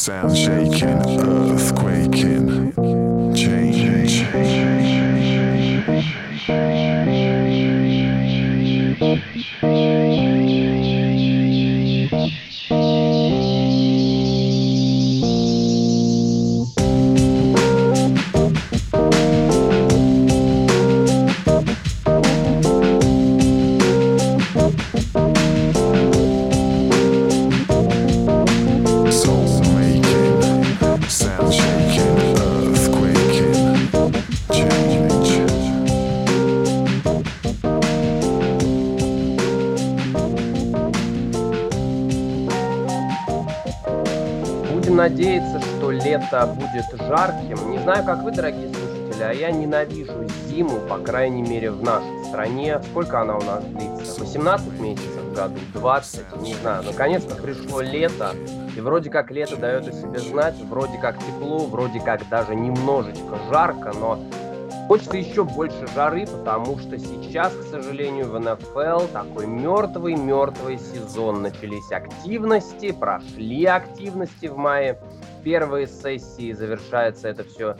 Sound shaking, earth quaking, change. Soul making, sound shaking, earth quaking, change. Будем надеяться, что лето будет жарким. Не знаю, как вы, дорогие слушатели, а я ненавижу зиму, по крайней мере, в нашей стране. Сколько она у нас длится? 18 месяцев в году? 20? Не знаю. Наконец-то пришло лето. И вроде как лето дает о себе знать, вроде как тепло, вроде как даже немножечко жарко, но хочется еще больше жары, потому что сейчас, к сожалению, в НФЛ такой мертвый сезон. Начались активности, прошли активности в мае. Первые сессии, завершается это все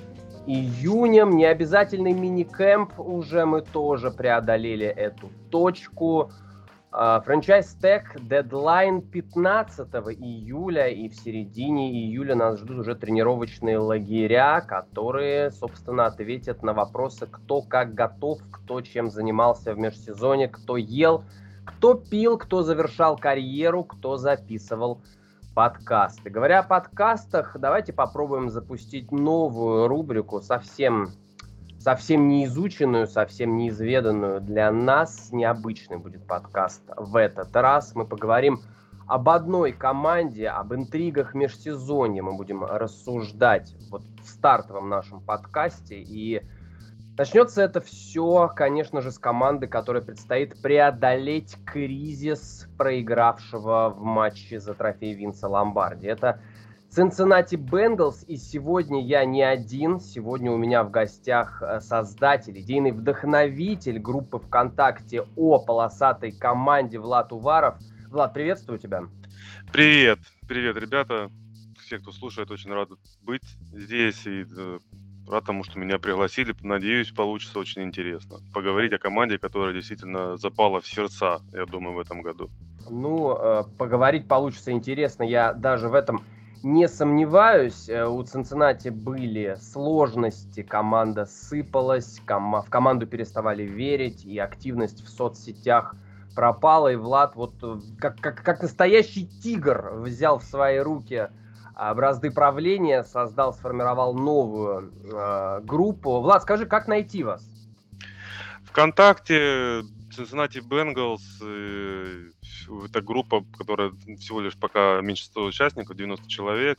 июнем. Необязательный мини-кэмп уже мы тоже преодолели эту точку. Франчайз Tag дедлайн 15 июля, и в середине июля нас ждут уже тренировочные лагеря, которые, собственно, ответят на вопросы, кто как готов, кто чем занимался в межсезонье, кто ел, кто пил, кто завершал карьеру, кто записывал подкасты. Говоря о подкастах, давайте попробуем запустить новую рубрику, совсем неизученную, совсем неизведанную для нас. Необычный будет подкаст в этот раз. Мы поговорим об одной команде, об интригах межсезонья. Мы будем рассуждать вот в стартовом нашем подкасте. И начнется это все, конечно же, с команды, которой предстоит преодолеть кризис проигравшего в матче за трофей Винса Ломбарди. Это Cincinnati Bengals, и сегодня я не один, сегодня у меня в гостях создатель, идейный вдохновитель группы ВКонтакте о полосатой команде Влад Уваров. Влад, приветствую тебя. Привет, ребята, все, кто слушает, очень рад быть здесь и рад тому, что меня пригласили. Надеюсь, получится очень интересно поговорить о команде, которая действительно запала в сердца, я думаю, в этом году. Поговорить получится интересно, я даже в этом не сомневаюсь. У Цинциннати были сложности, команда сыпалась, в команду переставали верить, и активность в соцсетях пропала. И Влад вот как настоящий тигр взял в свои руки бразды правления, сформировал новую группу. Влад, скажи, как найти вас? ВКонтакте Cincinnati Bengals, это группа, которая всего лишь пока меньшинство участников, 90 человек.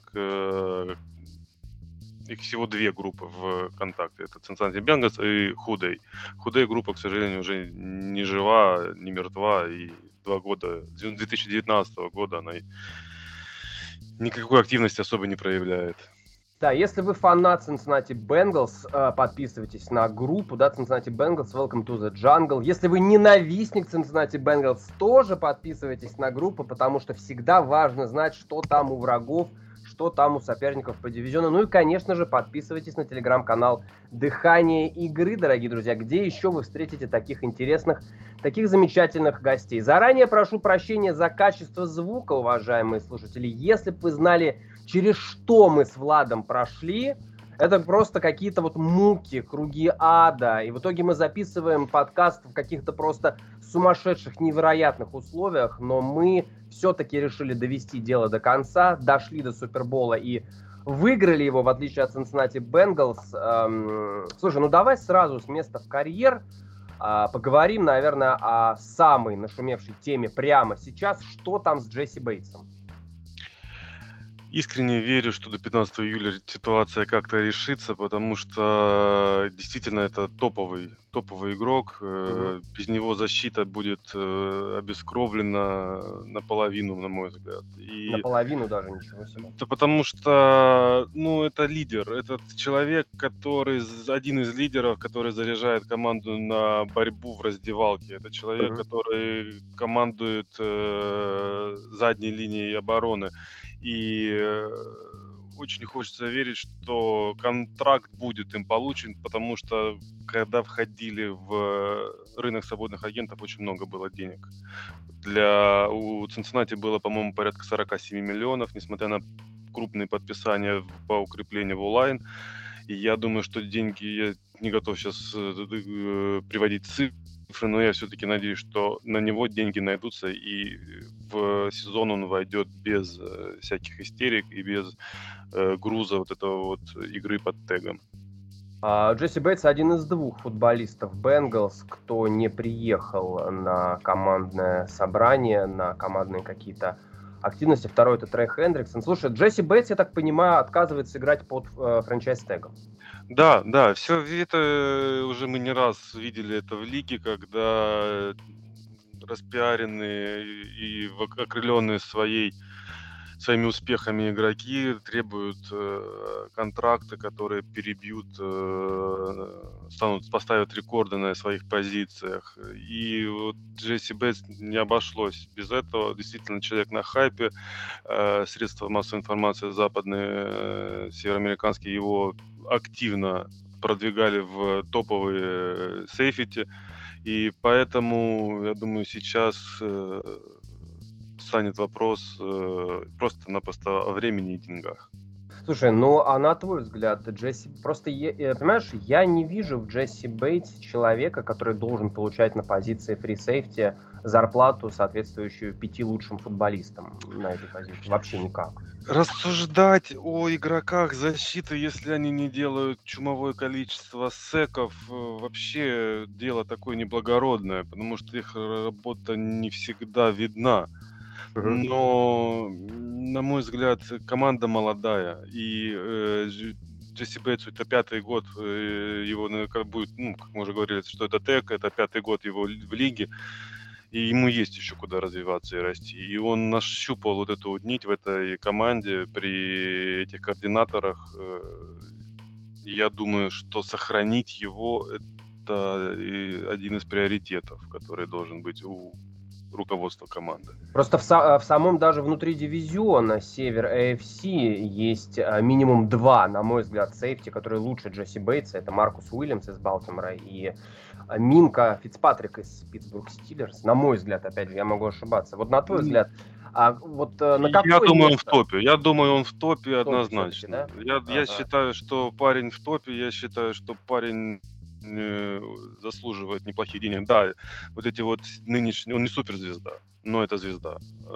Их всего две группы в ВКонтакте. Это Cincinnati Bengals и Худей. Худей группа, к сожалению, уже не жива, не мертва. И 2 года, с 2019 года она никакой активности особо не проявляет. Да, если вы фанат Cincinnati Bengals, подписывайтесь на группу, да, Cincinnati Bengals, Welcome to the Jungle. Если вы ненавистник Cincinnati Bengals, тоже подписывайтесь на группу, потому что всегда важно знать, что там у врагов, что там у соперников по дивизиону. Ну и, конечно же, подписывайтесь на телеграм-канал «Дыхание игры», дорогие друзья, где еще вы встретите таких интересных, таких замечательных гостей. Заранее прошу прощения за качество звука, уважаемые слушатели. Если бы вы знали, через что мы с Владом прошли, это просто какие-то вот муки, круги ада. И в итоге мы записываем подкаст в каких-то просто сумасшедших, невероятных условиях. Но мы все-таки решили довести дело до конца, дошли до Супербола и выиграли его, в отличие от Cincinnati Bengals. Слушай, давай сразу с места в карьер поговорим, наверное, о самой нашумевшей теме прямо сейчас. Что там с Джесси Бейтсом? Искренне верю, что до 15 июля ситуация как-то решится, потому что действительно это топовый игрок. Без него защита будет обескровлена наполовину, на мой взгляд. Наполовину даже, ничего себе. Это потому что, это лидер. Этот человек, один из лидеров, который заряжает команду на борьбу в раздевалке. Это человек, который командует задней линией обороны. И очень хочется верить, что контракт будет им получен, потому что когда входили в рынок свободных агентов, очень много было денег. У Цинциннати было, по-моему, порядка 47 миллионов, несмотря на крупные подписания по укреплению в онлайн. И я думаю, что деньги, я не готов сейчас приводить цифры, но я все-таки надеюсь, что на него деньги найдутся, и в сезон он войдет без всяких истерик и без груза вот этого вот игры под тегом. Джесси Бейтс один из двух футболистов Бенгалс, кто не приехал на командное собрание, на командные какие-то активности. Второй — это Трей Хендриксон. Слушай, Джесси Бейтс, я так понимаю, отказывается играть под франчайз-тегом. Да, все это уже мы не раз видели это в лиге, когда распиаренные и окрыленные своими успехами игроки требуют контракты, которые перебьют, поставят рекорды на своих позициях. И вот Джесси Бейтс не обошлось без этого. Действительно, человек на хайпе. Средства массовой информации западные, североамериканские, его активно продвигали в топовые сейфити. И поэтому, я думаю, сейчас станет вопрос просто-напросто о времени и деньгах. Слушай, ну а на твой взгляд, Джесси... Просто, понимаешь, я не вижу в Джесси Бейтсе человека, который должен получать на позиции фри-сейфти зарплату, соответствующую 5 лучшим футболистам на этой позиции. Вообще никак. Рассуждать о игроках защиты, если они не делают чумовое количество секов, вообще дело такое неблагородное, потому что их работа не всегда видна. Но, на мой взгляд, команда молодая, и Джесси Бейтсу это 5-й год его будет, как мы уже говорили, что это тег, это 5-й год его в лиге, и ему есть еще куда развиваться и расти. И он нащупал вот эту вот нить в этой команде при этих координаторах. Я думаю, что сохранить его — это один из приоритетов, который должен быть у руководства команды. Просто в самом даже внутри дивизиона Север AFC есть минимум 2, на мой взгляд, сейфти, которые лучше Джесси Бейтса. Это Маркус Уильямс из Балтимора и Минка Фицпатрик из Питтсбург Стиллерс. На мой взгляд, опять же, я могу ошибаться. Вот на твой взгляд, на какое Я думаю, место? он в топе однозначно. Да? Я считаю, что парень в топе, я считаю, что парень заслуживает неплохих денег. Да, вот эти вот нынешние, он не суперзвезда, но это звезда.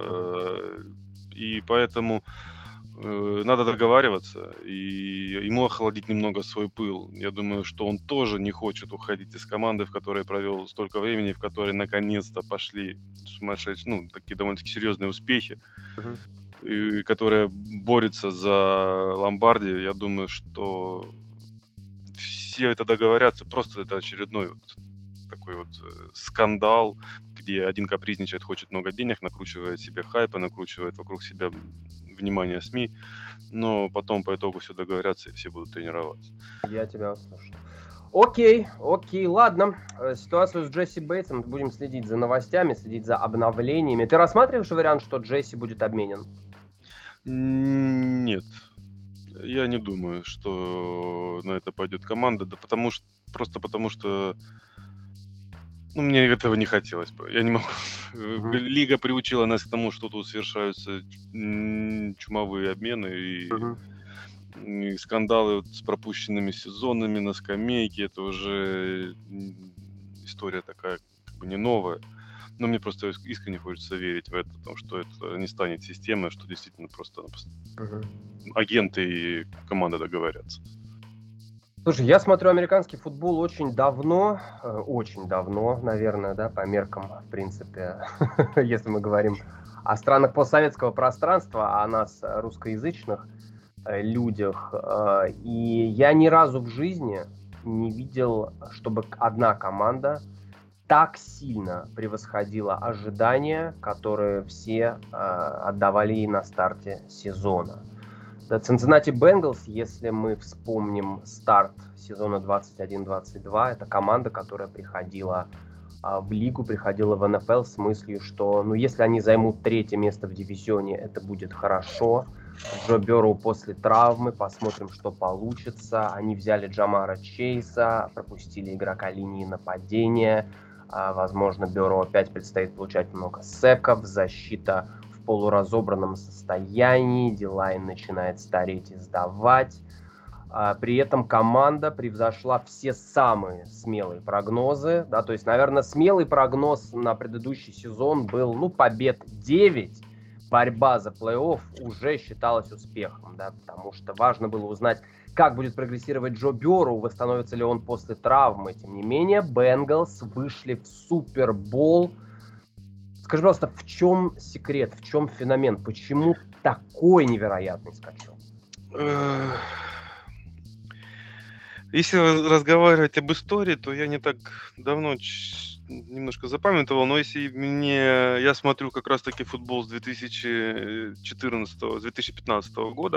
И поэтому надо договариваться и ему охладить немного свой пыл. Я думаю, что он тоже не хочет уходить из команды, в которой провел столько времени, в которой наконец-то пошли сумасшедшие, такие довольно-таки серьезные успехи, и которая борется за Ломбарди. Я думаю, что все это договорятся, просто это очередной такой вот скандал, где один капризничает, хочет много денег, накручивает себе хайпа, накручивает вокруг себя внимание СМИ, но потом по итогу все договорятся и все будут тренироваться. Я тебя услышал. Окей, ладно. Ситуацию с Джесси Бейтсом будем следить за новостями, следить за обновлениями. Ты рассматриваешь вариант, что Джесси будет обменен? Нет. Я не думаю, что на это пойдет команда, да потому что мне этого не хотелось бы. Я не могу. Лига приучила нас к тому, что тут совершаются чумовые обмены и скандалы с пропущенными сезонами на скамейке. Это уже история такая, не новая. Но мне просто искренне хочется верить в это, потому что это не станет системой, что действительно просто агенты и команда договорятся. Слушай, я смотрю американский футбол очень давно, наверное, да, по меркам, в принципе, если мы говорим о странах постсоветского пространства, о нас, русскоязычных людях. И я ни разу в жизни не видел, чтобы одна команда так сильно превосходила ожидания, которые все отдавали ей на старте сезона. Cincinnati Bengals, если мы вспомним старт сезона 21-22, это команда, которая приходила в лигу, приходила в НФЛ с мыслью, что если они займут 3-е место в дивизионе, это будет хорошо. Джо Бёрроу после травмы, посмотрим, что получится. Они взяли Джамара Чейза, пропустили игрока линии нападения. Возможно, Бёрроу опять предстоит получать много сэков, защита в полуразобранном состоянии, Дилайн начинает стареть и сдавать. При этом команда превзошла все самые смелые прогнозы. Да, то есть, наверное, смелый прогноз на предыдущий сезон был, побед 9. Борьба за плей-офф уже считалась успехом, да, потому что важно было узнать, как будет прогрессировать Джо Бёрроу, восстановится ли он после травмы. Тем не менее, Бенгалс вышли в Супербол. Скажи, пожалуйста, в чем секрет, в чем феномен? Почему такой невероятный скачок? Если разговаривать об истории, то я не так давно немножко запамятовал, но я смотрю как раз-таки футбол с 2015 года,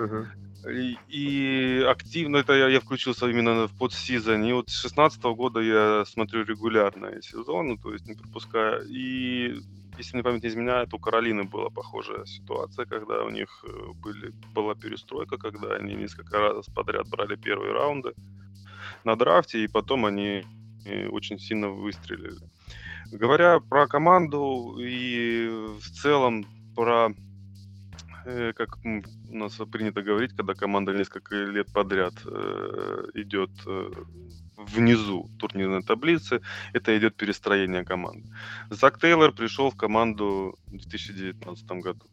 и активно это я включился именно в подсезон, и вот с 2016 года я смотрю регулярные сезоны, то есть не пропуская, и если мне память не изменяет, у Каролины была похожая ситуация, когда у них была перестройка, когда они несколько раз подряд брали первые раунды на драфте, и потом они очень сильно выстрелили. Говоря про команду и в целом про, как у нас принято говорить, когда команда несколько лет подряд идет внизу турнирной таблицы, это идет перестроение команды. Зак Тейлор пришел в команду в 2019 году.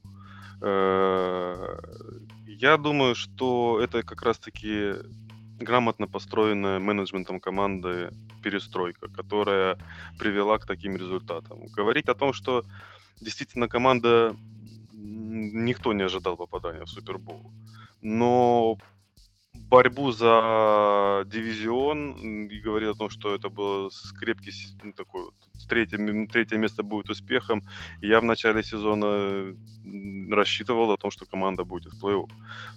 Я думаю, что это как раз-таки грамотно построенная менеджментом команды перестройка, которая привела к таким результатам. Говорить о том, что действительно команда, никто не ожидал попадания в Супербол, но борьбу за дивизион и говорит о том, что это было крепкий такой вот, третье место будет успехом. Я в начале сезона рассчитывал о том, что команда будет в плей-офф.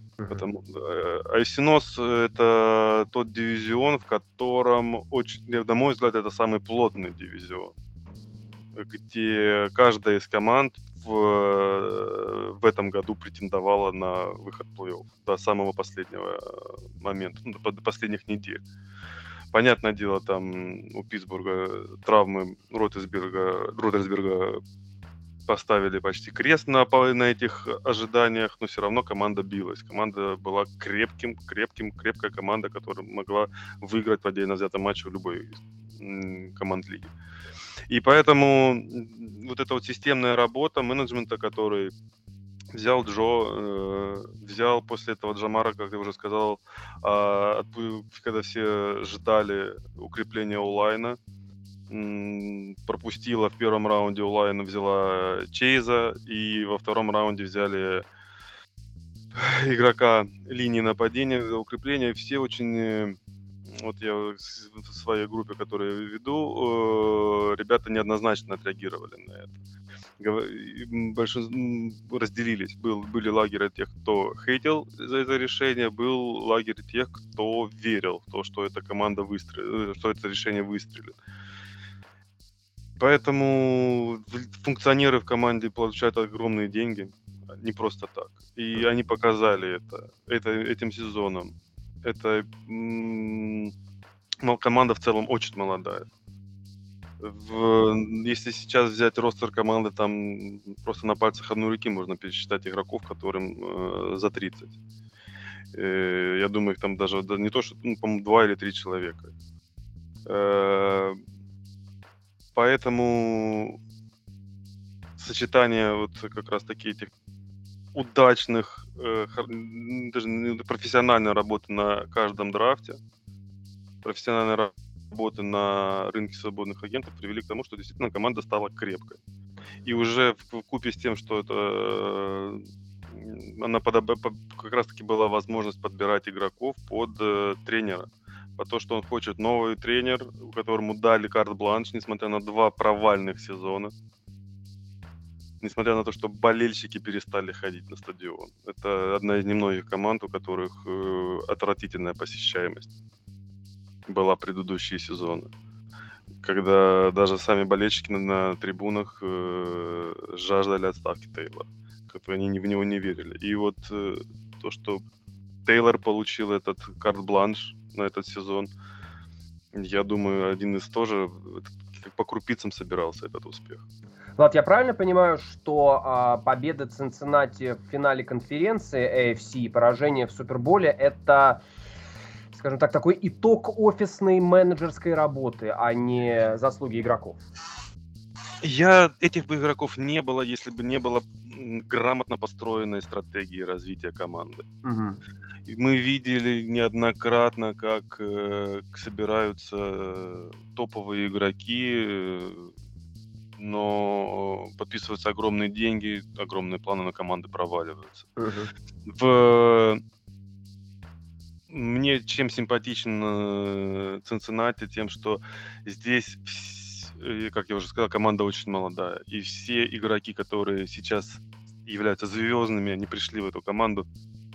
AFC North — это тот дивизион, в котором, на мой взгляд, это самый плотный дивизион, где каждая из команд в этом году претендовала на выход в плей-офф до самого последнего момента, до последних недель. Понятное дело, там у Питтсбурга травмы Ротлсберга поставили почти крест на этих ожиданиях, но все равно команда билась. Команда была крепкая команда, которая могла выиграть в отдельно взятом матче в любой команд лиги. И поэтому вот эта вот системная работа менеджмента, который взял взял после этого Джамара, как я уже сказал, когда все ждали укрепления онлайна, пропустила в первом раунде онлайн, взяла Чейза, и во втором раунде взяли игрока линии нападения за укрепление. Все очень... Вот я в своей группе, которую я веду, ребята неоднозначно отреагировали на это. Разделились. Были лагеры тех, кто хейтил за это решение, был лагерь тех, кто верил в то, что эта команда выстрелит, что это решение выстрелит. Поэтому функционеры в команде получают огромные деньги, не просто так. И они показали это этим сезоном. Команда в целом очень молодая. Если сейчас взять ростер команды, там просто на пальцах одной руки можно пересчитать игроков, которым за 30. Я думаю, их там даже не то, что, по-моему, 2 или 3 человека. Поэтому сочетание вот как раз таки этих удачных, даже профессиональной работы на каждом драфте, профессиональной работы на рынке свободных агентов привели к тому, что действительно команда стала крепкой. И уже вкупе с тем, что это она как раз-таки была возможность подбирать игроков под тренера. Потому что он хочет новый тренер, которому дали карт-бланш, несмотря на 2 провальных сезона. Несмотря на то, что болельщики перестали ходить на стадион. Это одна из немногих команд, у которых отвратительная посещаемость была предыдущие сезоны. Когда даже сами болельщики на трибунах жаждали отставки Тейлора. они в него не верили. И вот то, что Тейлор получил этот карт-бланш на этот сезон, я думаю, один из тоже как по крупицам собирался этот успех. Влад, я правильно понимаю, что победа Цинциннати в финале конференции AFC и поражение в Суперболе — это, скажем так, такой итог офисной менеджерской работы, а не заслуги игроков? Этих бы игроков не было, если бы не было грамотно построенной стратегии развития команды. Угу. Мы видели неоднократно, как собираются топовые игроки, но подписываются огромные деньги, огромные планы на команды проваливаются. Мне чем симпатичен Цинциннати, тем, что здесь, как я уже сказал, команда очень молодая. И все игроки, которые сейчас являются звездными, они пришли в эту команду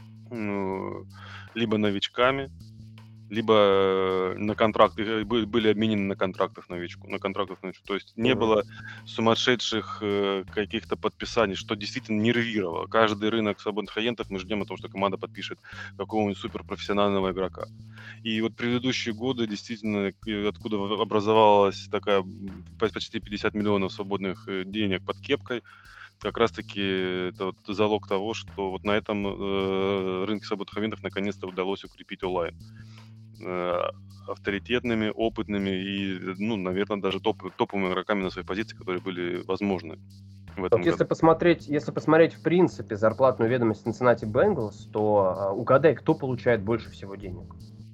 либо новичками, либо на контракты, были обменены на контрактах новичку. То есть не было сумасшедших каких-то подписаний, что действительно нервировало. Каждый рынок свободных агентов мы ждем о том, что команда подпишет какого-нибудь суперпрофессионального игрока. И вот предыдущие годы действительно, откуда образовалась такая почти 50 миллионов свободных денег под кепкой, как раз-таки это вот залог того, что вот на этом рынке свободных агентов наконец-то удалось укрепить онлайн авторитетными, опытными и, наверное, даже топовыми игроками на своей позиции, которые были возможны в этом году. Если посмотреть в принципе зарплатную ведомость Cincinnati Bengals, то угадай, кто получает больше всего денег?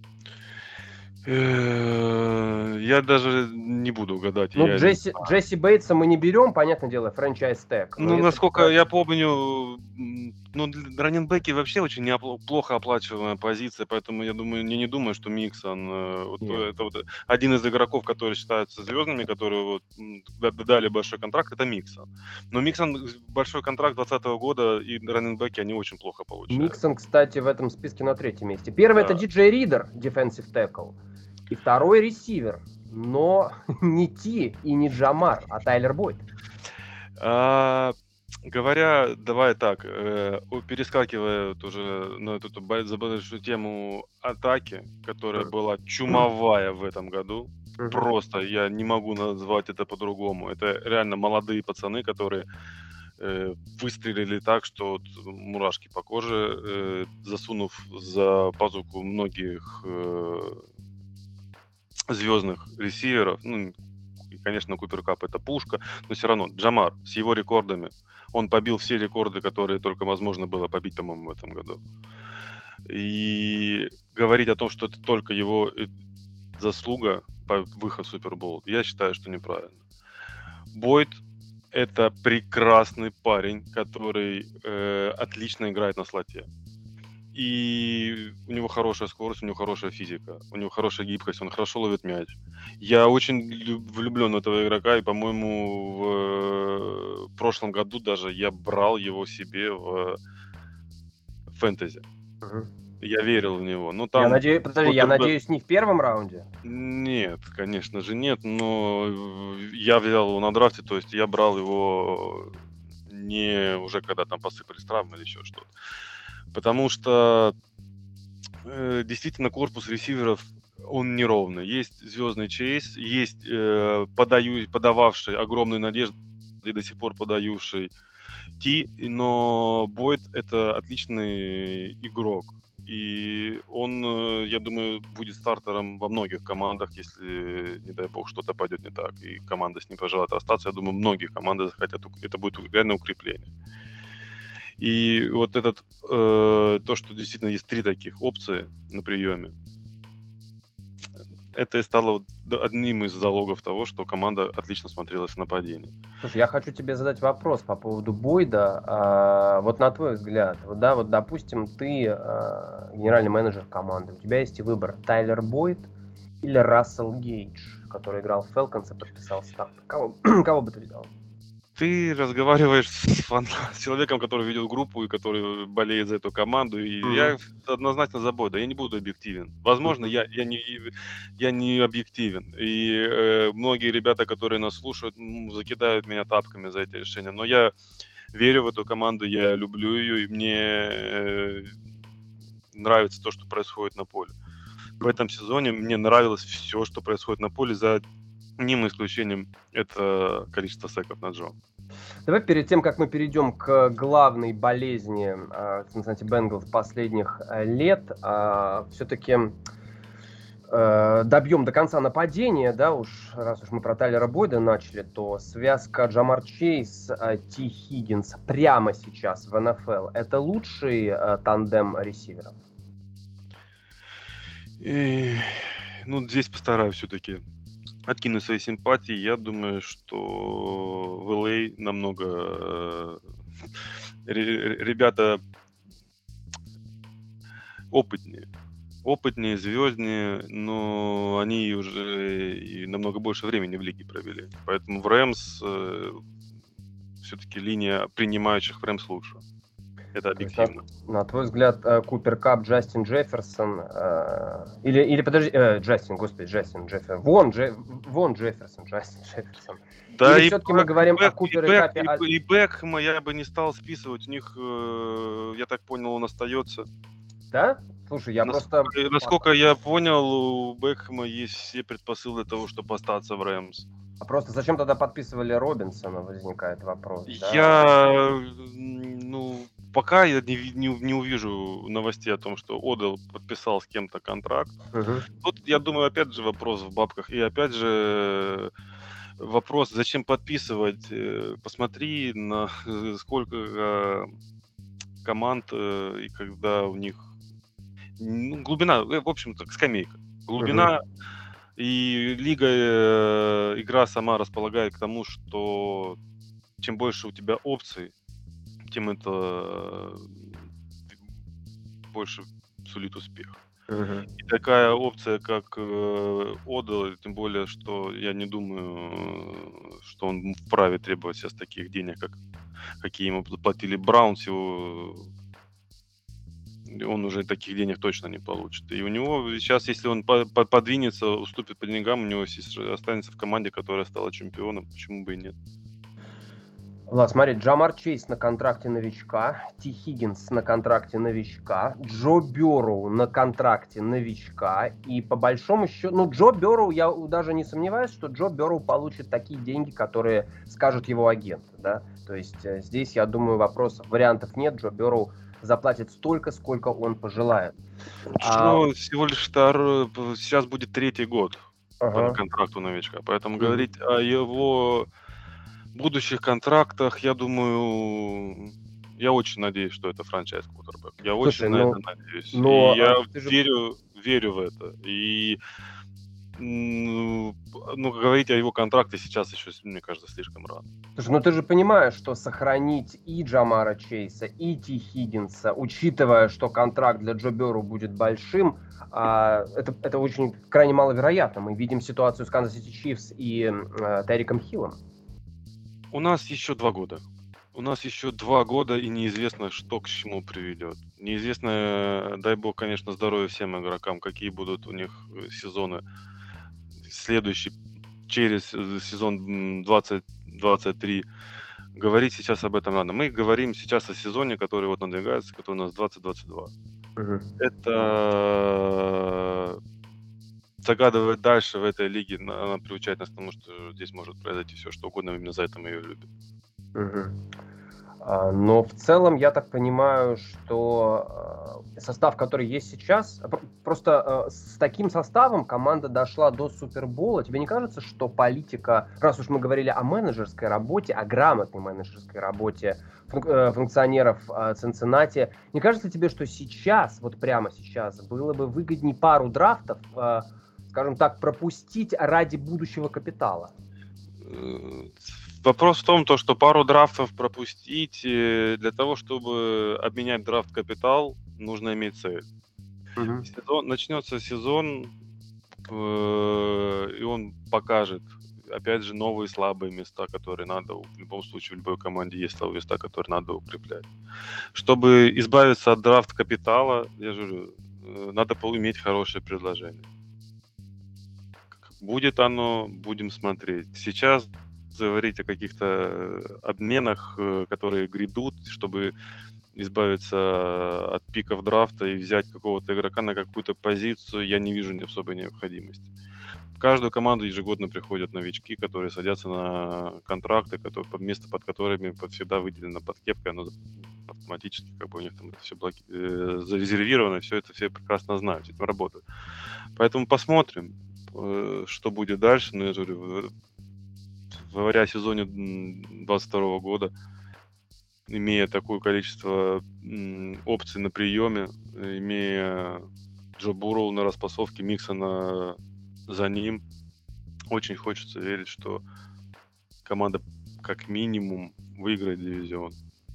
Я даже не буду угадать. Джесси Бейтса мы не берем, понятное дело, франчайз-тег. Насколько я помню, раннинбеки вообще очень плохо оплачиваемая позиция, поэтому я не думаю, что Миксон это вот один из игроков, которые считаются звездными, которые дали большой контракт, это Миксон. Но Миксон большой контракт 2020 года, и раннинбеки они очень плохо получают. Миксон, кстати, в этом списке на 3-м месте. Первый это Диджей Ридер, defensive tackle. И второй ресивер, но не Ти и не Джамар, а Тайлер Бойд. Давай так, перескакивая уже на эту большую тему атаки, которая была чумовая в этом году. Просто я не могу назвать это по-другому. Это реально молодые пацаны, которые выстрелили так, что мурашки по коже, засунув за пазуху многих звездных ресиверов. И, конечно, Купер Кап это пушка, но все равно Джамар с его рекордами, он побил все рекорды, которые только возможно было побить, по-моему, в этом году. И говорить о том, что это только его заслуга по выходу в Супербол, я считаю, что неправильно. Бойд — это прекрасный парень, который отлично играет на слоте. И у него хорошая скорость, у него хорошая физика, у него хорошая гибкость, он хорошо ловит мяч. Я очень влюблен в этого игрока, и, по-моему, в прошлом году даже я брал его себе в фэнтези. Я верил в него. Но там я надеюсь, не в первом раунде? Нет, конечно же нет, но я взял его на драфте, то есть я брал его не уже когда там посыпались травмы или еще что-то. Потому что действительно корпус ресиверов, он неровный. Есть звездный Чейз, есть подававший огромные надежды и до сих пор подающий Ти, но Бойд — это отличный игрок. И он, я думаю, будет стартером во многих командах, если, не дай бог, что-то пойдет не так, и команда с ним пожелает остаться. Я думаю, многие команды захотят, это будет реально укрепление. И вот то, что действительно есть 3 таких опции на приеме, это и стало одним из залогов того, что команда отлично смотрелась в нападении. Слушай, я хочу тебе задать вопрос по поводу Бойда. Вот на твой взгляд, вот допустим, ты генеральный менеджер команды, у тебя есть выбор: Тайлер Бойд или Рассел Гейдж, который играл в Falcons и подписал старт. Кого бы ты взял? Ты разговариваешь с человеком, который ведет группу и который болеет за эту команду, и я однозначно за Бойда, я не буду объективен. Возможно, я не объективен, и многие ребята, которые нас слушают, закидают меня тапками за эти решения, но я верю в эту команду, я люблю ее, и мне нравится то, что происходит на поле. В этом сезоне мне нравилось все, что происходит на поле, за одним исключением — это количество секов на Джо. Давай перед тем, как мы перейдем к главной болезни Cincinnati Bengals последних лет, все-таки добьем до конца нападения, да, раз уж мы про Тайлера Бойда начали, то связка Джамар Чейз, Ти Хиггинс прямо сейчас в НФЛ — это лучший тандем ресиверов? Здесь постараюсь все-таки откинуть свои симпатии. Я думаю, что в LA намного ребята опытнее, звезднее, но они уже и намного больше времени в лиге провели. Поэтому в Рэмс все-таки линия принимающих в Рэмс лучше. Это объективно. На твой взгляд, Купер Кап, Джастин Джефферсон, или подожди, Джастин Джефферсон, Вон Джефферсон, Джастин Джефферсон. Да, или все-таки мы говорим о Купере Капе? И Бекхэма я бы не стал списывать. У них, я так понял, он остается. Да? Слушай, я просто... Насколько я понял, у Бекхэма есть все предпосылки для того, чтобы остаться в Рэмс. А просто зачем тогда подписывали Робинсона, возникает вопрос. Да? Пока я не увижу новостей о том, что Одел подписал с кем-то контракт. Тут, я думаю, опять же вопрос в бабках. И опять же вопрос, зачем подписывать. Посмотри, на сколько команд, и когда у них глубина, в общем-то, скамейка. Глубина. И лига, игра сама располагает к тому, что чем больше у тебя опций, тем это больше сулит успех. И такая опция, как Одел, тем более, что я не думаю, что он вправе требовать сейчас таких денег, какие ему платили Браунс, он уже таких денег точно не получит. И у него сейчас, если он подвинется, уступит по деньгам, у него останется в команде, которая стала чемпионом. Почему бы и нет? Ладно, смотри, Джамар Чейз на контракте новичка, Ти Хиггинс на контракте новичка, Джо Бёрроу на контракте новичка. И по большому счету, Джо Бёрроу, я даже не сомневаюсь, что Джо Бёрроу получит такие деньги, которые скажут его агент. Да? То есть здесь, я думаю, вариантов нет. Джо Бёрроу заплатит столько, сколько он пожелает. Всего лишь сейчас будет 3-й год по контракту новичка. Поэтому говорить о его будущих контрактах, я думаю, я очень надеюсь, что это франчайз-квотербэк. Я очень на это надеюсь. И я верю в это. И говорить о его контракте сейчас еще, мне кажется, слишком рано. Слушай, ты же понимаешь, что сохранить и Джамара Чейза, и Ти Хиггинса, учитывая, что контракт для Джо Бёрроу будет большим, это очень крайне маловероятно. Мы видим ситуацию с Канзас Сити Чифс и Тайриком Хиллом. У нас еще 2 года. У нас еще 2 года, и неизвестно, что к чему приведет. Неизвестно, дай бог, конечно, здоровья всем игрокам, какие будут у них сезоны следующий, через сезон 2023. Говорить сейчас об этом надо. Мы говорим сейчас о сезоне, который вот надвигается, который у нас 2022. Это загадывать дальше в этой лиге, она приучает нас к тому, что здесь может произойти все, что угодно, именно за это мы ее любим. Но в целом, я так понимаю, что состав, который есть сейчас, просто с таким составом команда дошла до Супербола. Тебе не кажется, что политика, раз уж мы говорили о менеджерской работе, о грамотной менеджерской работе функционеров Цинциннати, не кажется тебе, что сейчас, вот прямо сейчас, было бы выгоднее пару драфтов, скажем так, пропустить ради будущего капитала? Вопрос в том, что пару драфтов пропустить, для того, чтобы обменять драфт-капитал, нужно иметь цель. Начнется сезон, и он покажет, опять же, новые слабые места, которые надо, в любом случае, в любой команде есть слабые места, которые надо укреплять. Чтобы избавиться от драфт-капитала, я же говорю, надо иметь хорошее предложение. Будет оно, будем смотреть. Сейчас заговорить о каких-то обменах, которые грядут, чтобы избавиться от пиков драфта и взять какого-то игрока на какую-то позицию, я не вижу особой необходимости. В каждую команду ежегодно приходят новички, которые садятся на контракты, место под которыми всегда выделено под кепкой, оно автоматически, как бы у них там это все зарезервировано, все это все прекрасно знают, этим работают. Поэтому посмотрим, что будет дальше. Но я говорю, говоря о сезоне 2022 года, имея такое количество опций на приеме, имея Джо Бурроу на распасовке, Миксона за ним, очень хочется верить, что команда как минимум выиграет дивизион.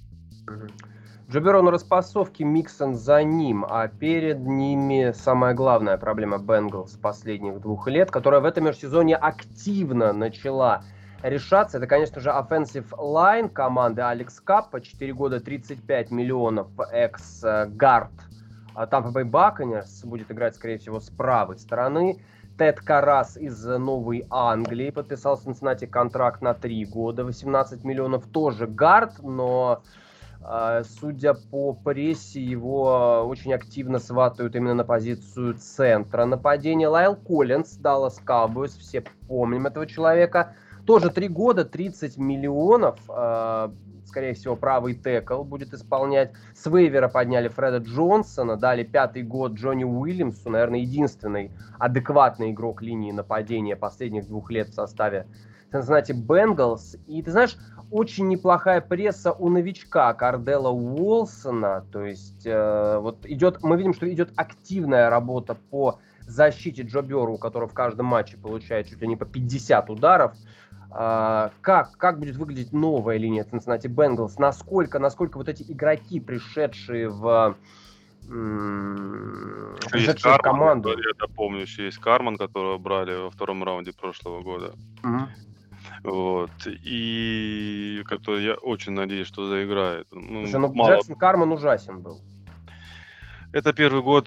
Джо Бурроу на распасовке, Миксон за ним, а перед ними самая главная проблема Бенгалс последних 2 лет, которая в этом межсезонье активно начала решаться. Это, конечно же, offensive line команды Алекс Каппа, 4 года 35 миллионов, экс-гард Tampa Bay Buccaneers, будет играть, скорее всего, с правой стороны. Тед Карас из Новой Англии подписал в Цинциннати контракт на 3 года, 18 миллионов, тоже гард, но судя по прессе, его очень активно сватают именно на позицию центра нападения. Лайл Коллинз, Dallas Cowboys, все помним этого человека. Тоже 3 года, 30 миллионов, скорее всего, правый текл будет исполнять. С вейвера подняли Фреда Джонсона, дали 5-й год Джонни Уильямсу, наверное, единственный адекватный игрок линии нападения последних 2 лет в составе Cincinnati Bengals. И ты знаешь, очень неплохая пресса у новичка Кардела Уолсона. То есть вот идет, мы видим, что идет активная работа по защите Джо Бурроу, который в каждом матче получает чуть ли не по 50 ударов. Как будет выглядеть новая линия Cincinnati Bengals? Насколько вот эти игроки, пришедшие в команду... Я помню, еще есть Карман, которого брали во 2-м раунде прошлого года. Вот. И который я очень надеюсь, что заиграет. Слушай, Джексон Карман ужасен был. Это первый год,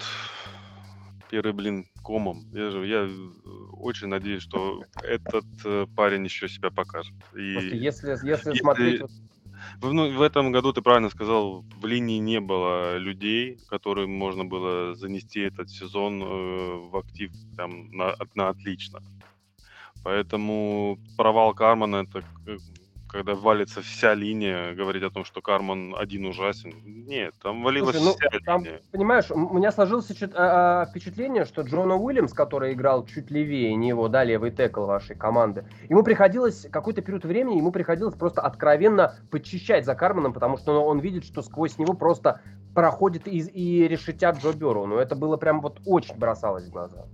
комом. Я очень надеюсь, что этот парень еще себя покажет. И если смотреть... В этом году, ты правильно сказал, в линии не было людей, которым можно было занести этот сезон в актив там, на отлично. Поэтому провал Кармана — это когда валится вся линия, говорить о том, что Карман один ужасен. Нет, там валилась вся линия. Понимаешь, у меня сложилось впечатление, что Джона Уильямс, который играл чуть левее него, да, левый текл вашей команды, ему приходилось, какой-то период времени, ему приходилось просто откровенно подчищать за Карманом, потому что он видит, что сквозь него просто проходит и решетят Джо Бурроу. Но это было прям вот очень бросалось в глаза.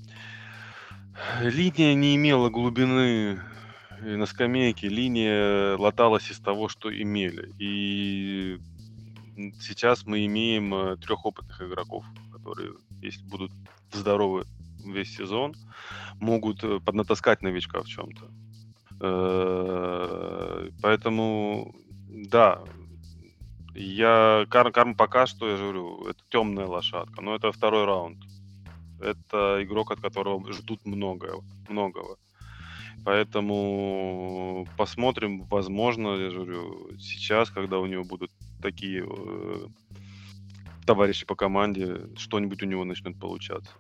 Линия не имела глубины на скамейке, линия латалась из того, что имели. И сейчас мы имеем 3 опытных игроков, которые, если будут здоровы весь сезон, могут поднатаскать новичка в чем-то. Поэтому, да, Карм пока что, я же говорю, это темная лошадка, но это 2-й раунд. Это игрок, от которого ждут многого. Поэтому посмотрим, возможно, я же говорю, сейчас, когда у него будут такие товарищи по команде, что-нибудь у него начнет получаться.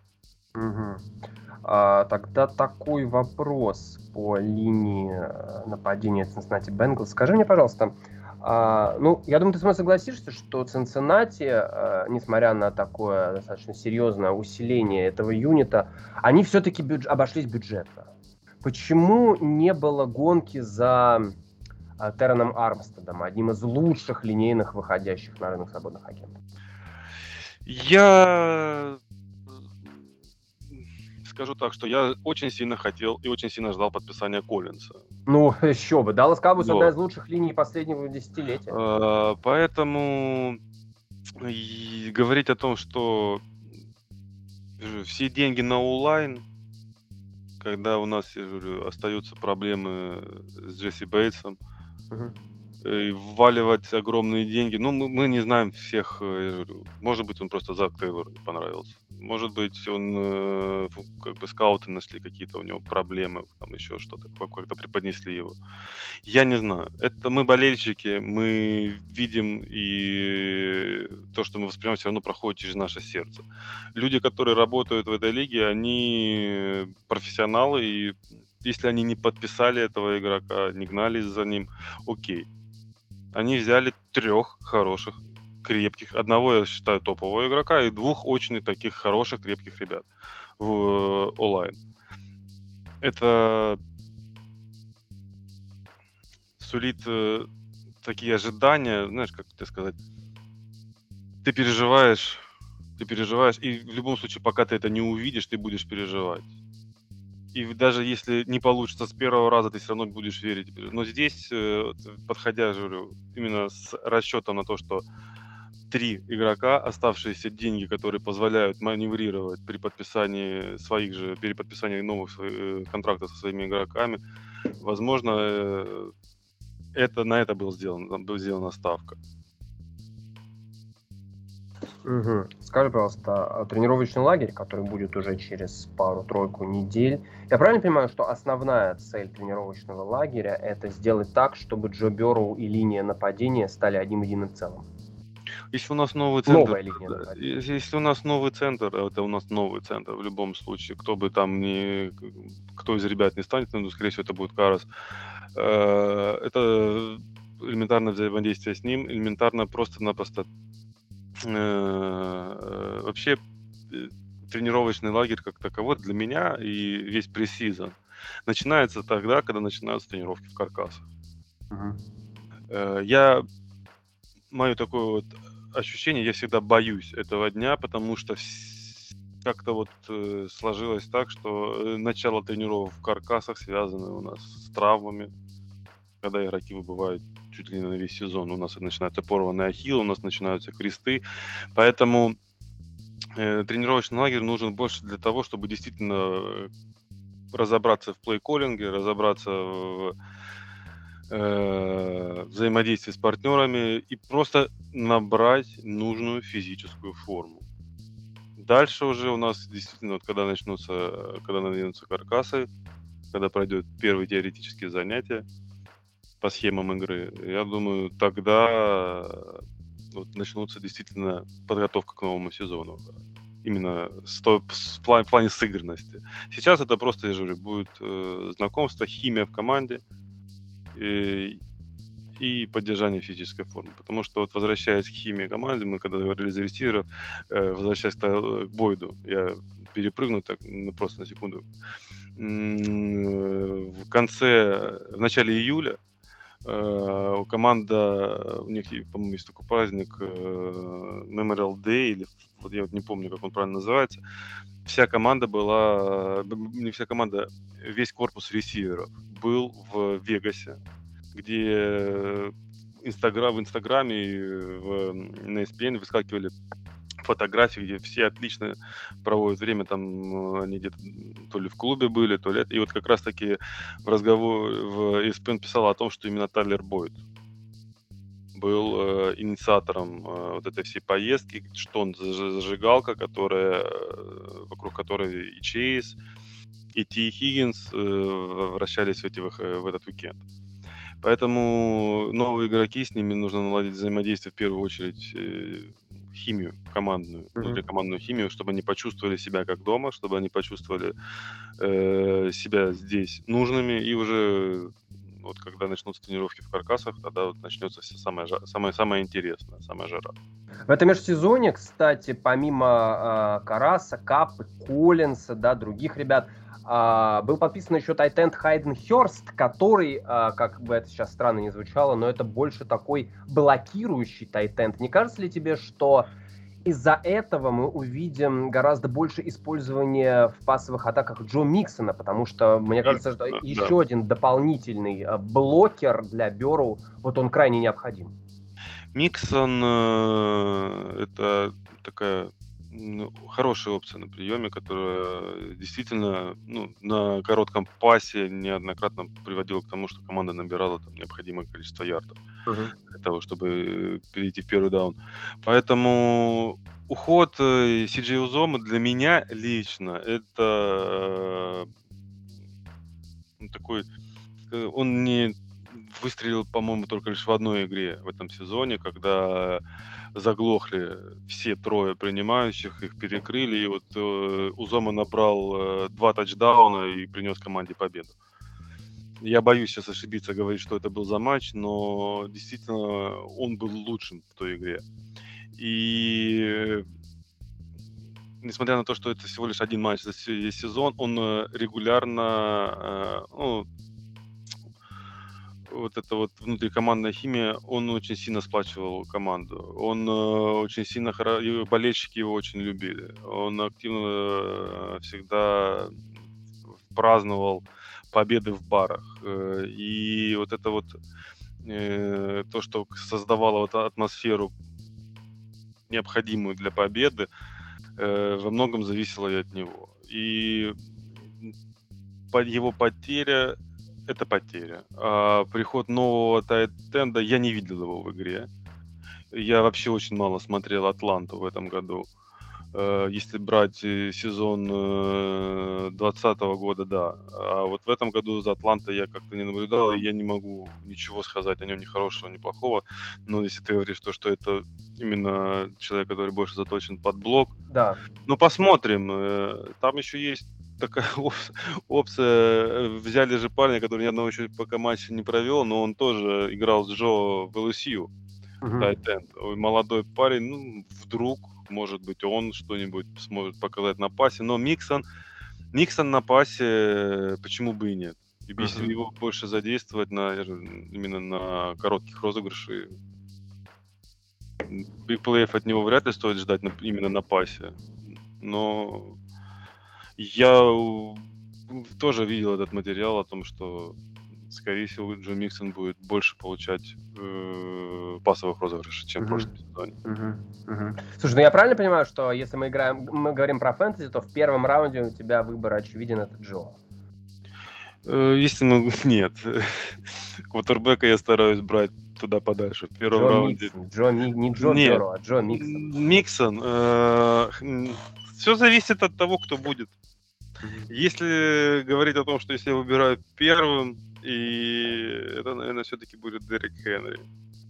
Тогда такой вопрос по линии нападения Cincinnati Bengals. Скажи мне, пожалуйста, я думаю, ты со мной согласишься, что Cincinnati, несмотря на такое достаточно серьезное усиление этого юнита, они все-таки обошлись бюджетно. Почему не было гонки за Терреном Армстедом, одним из лучших линейных выходящих на рынок свободных агентов? Я скажу так, что я очень сильно хотел и очень сильно ждал подписания Коллинса. Ну, еще бы. Dallas Cowboys одна из лучших линий последнего десятилетия. Поэтому говорить о том, что все деньги на онлайн, когда у нас, я говорю, остаются проблемы с Джесси Бейтсом, и вваливать огромные деньги. Мы не знаем всех, я говорю, может быть, он просто Зак Тейлор не понравился. Может быть, он как бы скауты нашли какие-то у него проблемы, там еще что-то, как-то преподнесли его. Я не знаю. Это мы болельщики, мы видим, и то, что мы воспринимаем, все равно проходит через наше сердце. Люди, которые работают в этой лиге, они профессионалы, и если они не подписали этого игрока, не гнались за ним, окей. Они взяли 3 хороших, крепких, одного, я считаю, топового игрока и 2 очень таких хороших, крепких ребят в онлайн. Это сулит такие ожидания, знаешь, как тебе сказать, ты переживаешь, и в любом случае, пока ты это не увидишь, ты будешь переживать. И даже если не получится с первого раза, ты все равно будешь верить. Но здесь, подходя, я же говорю, именно с расчетом на то, что 3 игрока, оставшиеся деньги, которые позволяют маневрировать при подписании новых контрактов со своими игроками, возможно, на это была сделана ставка. Угу. Скажи, пожалуйста, тренировочный лагерь, который будет уже через пару-тройку недель, я правильно понимаю, что основная цель тренировочного лагеря – это сделать так, чтобы Джо Бёрроу и линия нападения стали одним единым целым? Если у нас новый центр, Новая линия нападения. если у нас новый центр, это у нас новый центр в любом случае. Кто из ребят не станет, но, скорее всего, это будет Карас. Это элементарное взаимодействие с ним, элементарно просто-напросто. Вообще тренировочный лагерь как таковой для меня и весь пресизон начинается тогда, когда начинаются тренировки в каркасах. Мое такое вот ощущение, я всегда боюсь этого дня, потому что как-то вот сложилось так, что начало тренировок в каркасах связано у нас с травмами, когда игроки выбывают чуть ли не на весь сезон. У нас начинается порванный ахилл, у нас начинаются кресты. Поэтому тренировочный лагерь нужен больше для того, чтобы действительно разобраться в плей-коллинге, разобраться в взаимодействии с партнерами и просто набрать нужную физическую форму. Дальше уже у нас действительно, вот когда наденутся каркасы, когда пройдет первые теоретические занятия по схемам игры, я думаю, тогда вот начнутся действительно подготовка к новому сезону. Именно в плане сыгранности. Сейчас это просто, я же говорю, будет знакомство, химия в команде и поддержание физической формы. Потому что, вот возвращаясь к химии команды, мы когда говорили за ресиверов, возвращаясь к Бойду, я перепрыгну так просто на секунду. В начале июля команда, у них, по-моему, есть такой праздник Memorial Day, или вот я вот не помню, как он правильно называется. Весь корпус ресиверов был в Вегасе, где в Инстаграме и на ESPN выскакивали фотографии, где все отлично проводят время, там они где-то то ли в клубе были, то ли это. И вот как раз-таки в ESPN писал о том, что именно Тайлер Бойд был инициатором вот этой всей поездки, что он зажигалка, вокруг которой и Чейз, и Ти Хиггинс вращались в этот уикенд. Поэтому новые игроки, с ними нужно наладить взаимодействие в первую очередь, химию командную, внутрикомандную химию, чтобы они почувствовали себя как дома, чтобы они почувствовали себя здесь нужными, и уже вот когда начнутся тренировки в каркасах, тогда вот начнется все самое интересное, самая жара. В этом межсезонье, кстати, помимо Караса, Капы, Коллинса, других ребят, был подписан еще тайтенд Хайден Хёрст, который, как бы это сейчас странно не звучало, но это больше такой блокирующий тайтенд. Не кажется ли тебе, что из-за этого мы увидим гораздо больше использования в пасовых атаках Джо Миксона? Потому что, мне кажется, что еще один дополнительный блокер для Бёрроу, вот он крайне необходим. Миксон это такая хорошая опция на приеме, которая действительно на коротком пасе неоднократно приводила к тому, что команда набирала там необходимое количество ярдов. Мгм. для того, чтобы перейти в первый даун. Поэтому уход Си-Джей Узома для меня лично это такой... Он не выстрелил, по-моему, только лишь в одной игре в этом сезоне, когда заглохли все трое принимающих, их перекрыли, и вот Узома набрал 2 тачдауна и принес команде победу. Я боюсь сейчас ошибиться, говорить, что это был за матч, но действительно он был лучшим в той игре. И несмотря на то, что это всего лишь один матч за весь сезон, он регулярно, вот эта вот внутрикомандная химия, он очень сильно сплачивал команду. Он очень сильно... и болельщики его очень любили. Он активно всегда праздновал победы в барах. И вот это вот то, что создавало вот атмосферу, необходимую для победы, во многом зависело и от него. И его потеря — это потеря. А приход нового тайтенда, я не видел его в игре. Я вообще очень мало смотрел Атланту в этом году. Если брать сезон 2020 года, да. А вот в этом году за Атлантой я как-то не наблюдал, и я не могу ничего сказать о нем ни хорошего, ни плохого. Но если ты говоришь, что это именно человек, который больше заточен под блок, Да. ну посмотрим. Там еще есть такая опция. Взяли же парня, который ни одного еще пока матча не провел, но он тоже играл с Джо в LSU. Мгм. Тайтенд. Молодой парень, ну, вдруг, может быть, он что-нибудь сможет показать на пасе. Но Миксон на пасе, почему бы и нет? И если Мгм. его больше задействовать именно на коротких розыгрышах, бигплеев от него вряд ли стоит ждать именно на пасе. Но я тоже видел этот материал о том, что, скорее всего, Джо Миксон будет больше получать пасовых розыгрышей, чем в Мгм. прошлом сезоне. Мгм. Мгм. Слушай, ну я правильно понимаю, что если мы говорим про фэнтези, то в первом раунде у тебя выбор очевиден — это Джо? Если мы... Нет. Квотербека я стараюсь брать туда подальше. В первом Джо раунде... Миксон. Не Джо Нет. Бёрро, а Джо Миксон. Миксон. Все зависит от того, кто будет. Мгм. Если говорить о том, что если я выбираю первым, и это, наверное, все-таки будет Дерек Хенри.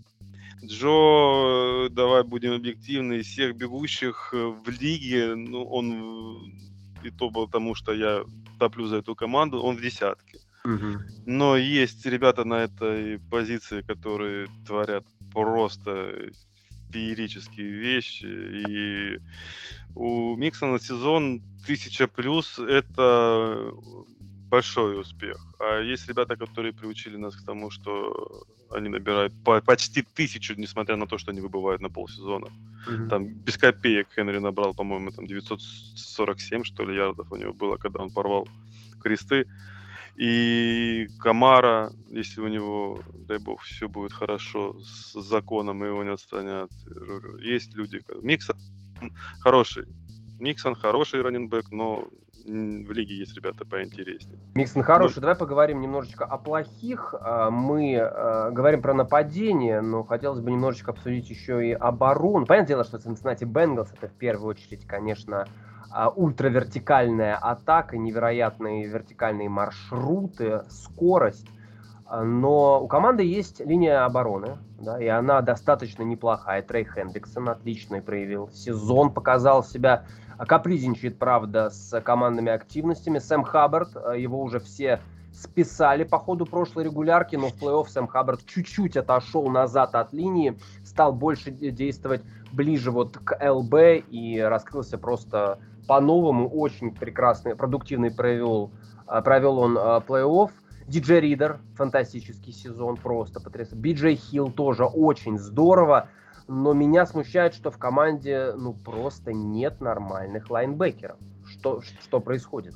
Джо, давай будем объективны, из всех бегущих в лиге, ну, он и то потому, что я топлю за эту команду, он в десятке. Мгм. Но есть ребята на этой позиции, которые творят просто феерические вещи. И у Миксона сезон 1000+, это большой успех. А есть ребята, которые приучили нас к тому, что они набирают почти 1000, несмотря на то, что они выбывают на полсезона. Мгм. Там без копеек Хенри набрал, по-моему, там 947, что ли, ярдов у него было, когда он порвал кресты. И Камара, если у него, дай бог, все будет хорошо с законом, и его не отстранят. Есть люди, Миксон хороший. Миксон хороший раннинбэк, но в лиге есть ребята поинтереснее. Миксон хороший. Давай поговорим немножечко о плохих. Мы говорим про нападение, но хотелось бы немножечко обсудить еще и оборону. Понятное дело, что Cincinnati Bengals — это в первую очередь, конечно, ультравертикальная атака, невероятные вертикальные маршруты, скорость. Но у команды есть линия обороны, да, и она достаточно неплохая. Трей Хендриксон отлично проявил сезон, показал себя. Капризничает, правда, с командными активностями. Сэм Хаббард, его уже все списали по ходу прошлой регулярки, но в плей-офф Сэм Хаббард чуть-чуть отошел назад от линии, стал больше действовать ближе вот к ЛБ и раскрылся просто по-новому. Очень прекрасный, продуктивный провел он плей-офф. Диджей Ридер, фантастический сезон, просто потрясающий. Биджей Хилл тоже очень здорово. Но меня смущает, что в команде просто нет нормальных лайнбекеров. Что происходит?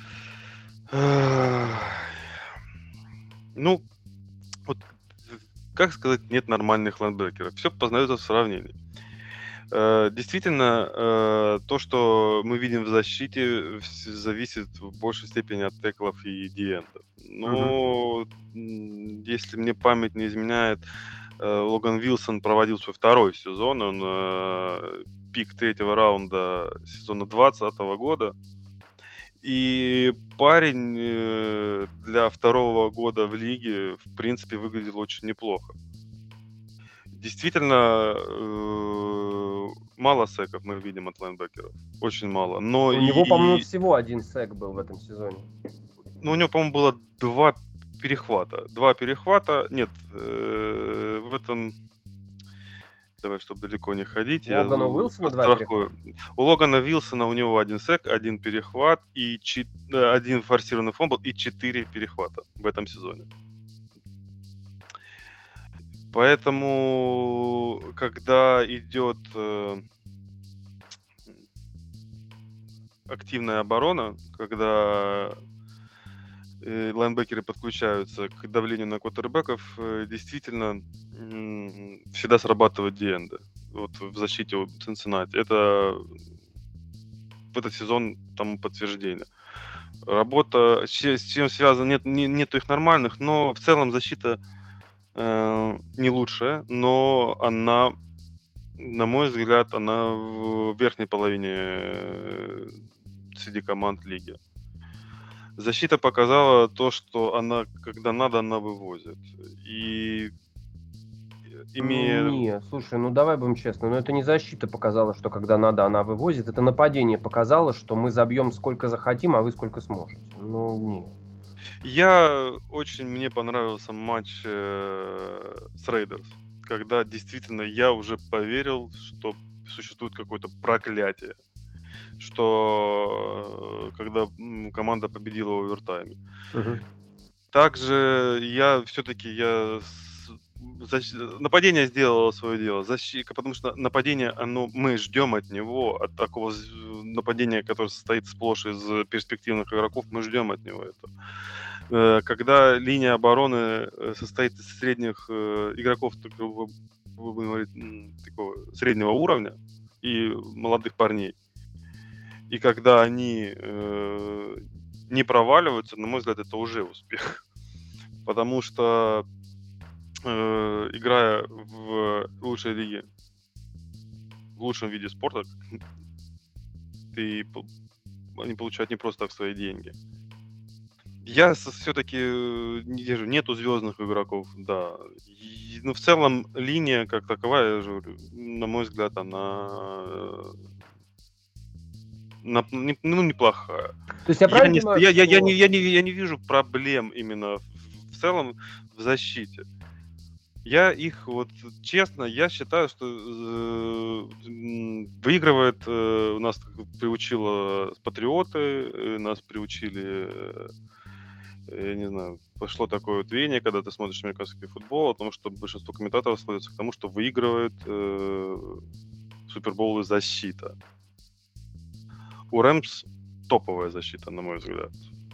Ну, вот как сказать, нет нормальных лайнбекеров? Все познается в сравнении. Действительно, то, что мы видим в защите, зависит в большей степени от теклов и диэндов. Но если мне память не изменяет, Логан Вилсон проводил свой второй сезон. Он пик третьего раунда сезона 2020 года. И парень для второго года в лиге, в принципе, выглядел очень неплохо. Действительно, мало секов мы видим от лайнбекеров. Очень мало. Но У него, по-моему, всего один сек был в этом сезоне. Ну, у него, по-моему, было два перехвата. Нет, в этом... Давай, чтобы далеко не ходить. Логана Уилсона два подстрахую. У Логана Вилсона у него один сек, один перехват, и один форсированный фомбл и 4 перехвата в этом сезоне. Поэтому, когда идет активная оборона, когда лайнбекеры подключаются к давлению на квотербеков, действительно всегда срабатывает диэнды. Вот в защите у Цинциннати. Это в этот сезон тому подтверждение. Работа, с чем связана, нету их нормальных, но в целом защита не лучшая, но она, на мой взгляд, она в верхней половине среди команд лиги. Защита показала то, что она, когда надо, она вывозит. И имея... Не, слушай, ну давай будем честны, но это не защита показала, что когда надо, она вывозит. Это нападение показало, что мы забьем сколько захотим, а вы сколько сможете. Ну, не. Мне понравился матч с Рейдерс, когда действительно я уже поверил, что существует какое-то проклятие, что когда команда победила в овертайме. Также нападение сделало свое дело, потому что нападение, мы ждем от него, от такого нападения, которое состоит сплошь из перспективных игроков, мы ждем от него этого. Когда линия обороны состоит из средних игроков, такого среднего уровня и молодых парней, и когда они не проваливаются, на мой взгляд, это уже успех. Потому что играя в лучшей лиге, в лучшем виде спорта, они получают не просто так свои деньги. Я все-таки нету звездных игроков, да. Но в целом линия как таковая, на мой взгляд, она неплохая. То есть я правильно понимаю, я не вижу проблем именно в целом в защите. Я считаю, что выигрывает, нас приучило Патриоты, нас приучили, я не знаю, пошло такое вот веяние, когда ты смотришь американский футбол, о том, что большинство комментаторов сводится к тому, что выигрывает Супербоулы защита. У Рэмс топовая защита, на мой взгляд.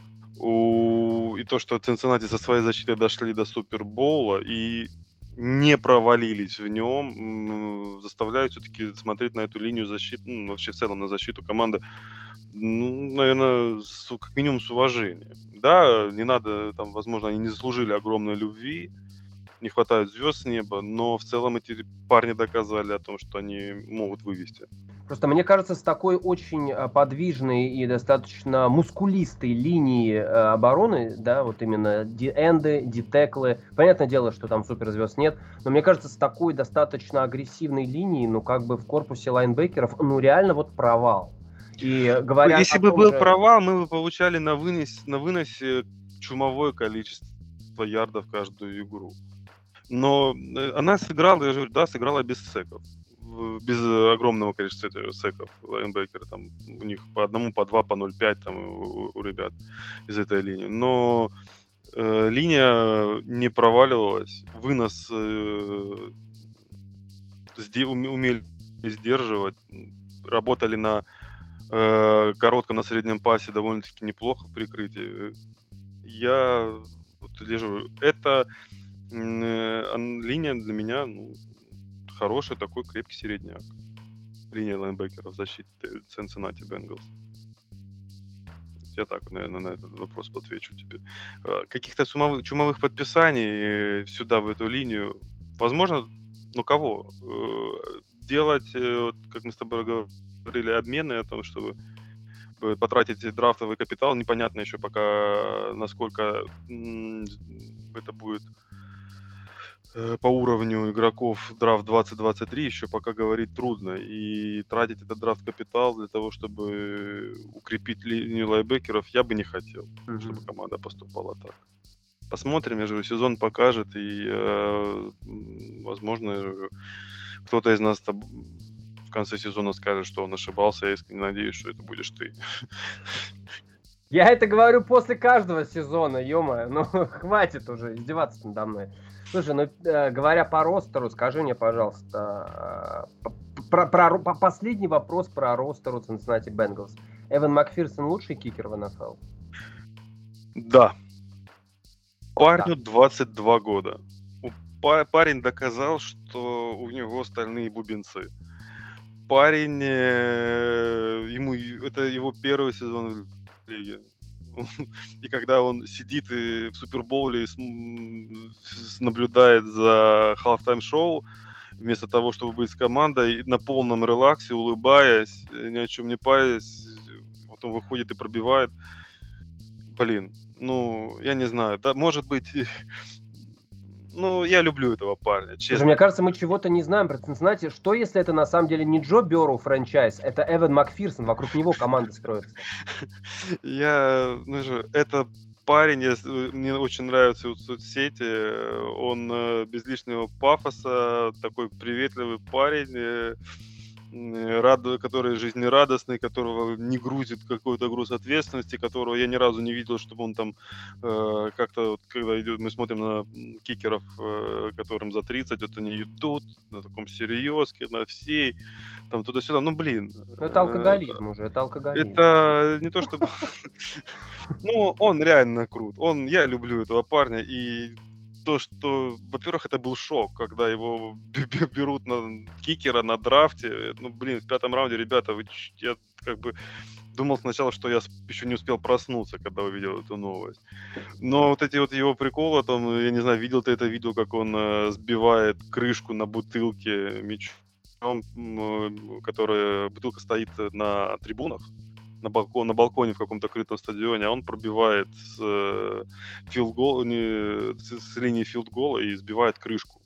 И то, что Цинциннати со своей защитой дошли до Супербоула и не провалились в нем, заставляют все-таки смотреть на эту линию защиты, вообще в целом на защиту команды, наверное, как минимум с уважением. Да, не надо, возможно, они не заслужили огромной любви, не хватает звезд с неба, но в целом эти парни доказали о том, что они могут вывести. Просто мне кажется, с такой очень подвижной и достаточно мускулистой линии обороны, да, вот именно ди-энды, ди-теклы, понятное дело, что там суперзвезд нет, но мне кажется, с такой достаточно агрессивной линией, в корпусе лайнбекеров, реально вот провал. И говоря если бы был провал, мы бы получали на выносе чумовое количество ярдов каждую игру. Но она сыграла без секов. Без огромного количества секов лайнбекеры, у них по одному, по 2, по 0,5 у ребят из этой линии. Но линия не проваливалась, вынос умели сдерживать, работали на коротком, на среднем пасе довольно-таки неплохо в прикрытии. Я лежу. Эта линия для меня, хороший такой крепкий середняк. Линия лайнбекеров в защите Cincinnati Bengals. Я так, наверное, на этот вопрос отвечу тебе. Каких-то чумовых подписаний сюда, в эту линию, Возможно, ну кого? Делать, вот как мы с тобой говорили, обмены о том, чтобы потратить драфтовый капитал. Непонятно еще пока, насколько это будет по уровню игроков драфт 2023, еще пока говорить трудно. И тратить этот драфт-капитал для того, чтобы укрепить линию лайнбекеров, я бы не хотел, чтобы команда поступала так. Посмотрим, я же сезон покажет, и, возможно, кто-то из нас в конце сезона скажет, что он ошибался. Я искренне надеюсь, что это будешь ты. Я это говорю после каждого сезона, ё-моё. Ну, хватит уже издеваться надо мной. Слушай, ну, говоря по ростеру, скажи мне, пожалуйста, последний вопрос про ростер у Cincinnati Bengals. Эван Макферсон лучший кикер в НФЛ? Да. Парню 22 года. Парень доказал, что у него стальные бубенцы. Парень, это его первый сезон в лиге. И когда он сидит в Супербоуле и наблюдает за халфтайм-шоу, вместо того, чтобы быть с командой, на полном релаксе, улыбаясь, ни о чем не парясь, вот он выходит и пробивает. Блин, ну, я не знаю, да, может быть... Ну, я люблю этого парня, честно. Слушай, мне кажется, мы чего-то не знаем про Cincinnati. Что, если это на самом деле не Джо Бёрроу франчайз, это Эван Макферсон, вокруг него команда строится? Это парень, мне очень нравятся его соцсети, он без лишнего пафоса, такой приветливый парень, который жизнерадостный, которого не грузит какой-то груз ответственности, которого я ни разу не видел, чтобы он там как-то, вот, когда мы смотрим на кикеров, которым за 30, вот они идут на таком серьезке, на всей, там туда-сюда, ну блин. Это алкоголизм уже, это алкоголизм. Это не то чтобы... Ну, он реально крут. Я люблю этого парня, и то, что, во-первых, это был шок, когда его берут на кикера на драфте. Ну, блин, в 5-м раунде, ребята, я как бы думал сначала, что я еще не успел проснуться, когда увидел эту новость. Но вот эти вот его приколы, там, я не знаю, видел ты это видео, как он сбивает крышку на бутылке мячом, бутылка стоит на трибунах, на балконе в каком-то крытом стадионе, а он пробивает с линии филд-гола и сбивает крышку.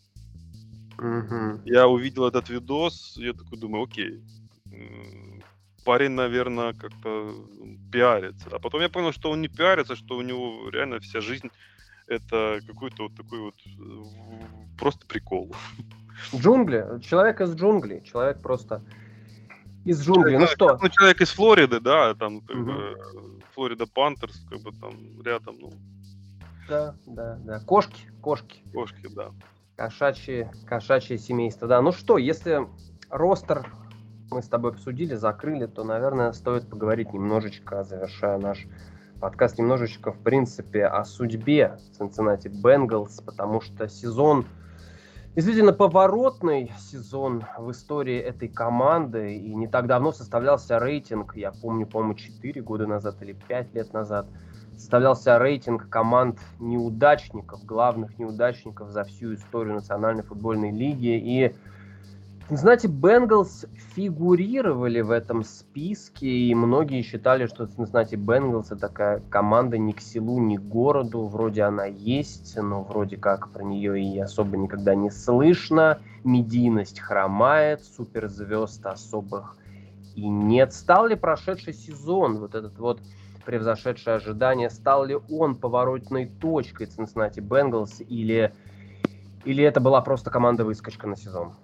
Я увидел этот видос, я такой думаю, окей, парень, наверное, как-то пиарится. А потом я понял, что он не пиарится, что у него реально вся жизнь это какой-то вот такой вот просто прикол. Джунгли, человек из джунглей, человек просто... Из джунглей, ну что? Ну, человек из Флориды, да, там Флорида Пантерс, как бы там рядом, ну. Да. Кошки, да. Кошачье семейство, да. Ну что, если ростер мы с тобой обсудили, закрыли, то, наверное, стоит поговорить немножечко, завершая наш подкаст, немножечко, в принципе, о судьбе Cincinnati Bengals, потому что сезон... Действительно поворотный сезон в истории этой команды, и не так давно составлялся рейтинг, я помню, по-моему, 4 года назад или 5 лет назад, составлялся рейтинг команд неудачников, главных неудачников за всю историю Национальной футбольной лиги, и, знаете, Бенгалс фигурировали в этом списке, и многие считали, что, знаете, Бенгалс это такая команда ни к селу, ни к городу, вроде она есть, но вроде как про нее и особо никогда не слышно, медийность хромает, суперзвезд особых и нет. Стал ли прошедший сезон, вот этот вот превзошедшее ожидание, стал ли он поворотной точкой Cincinnati Bengals, или это была просто команда-выскочка на сезон?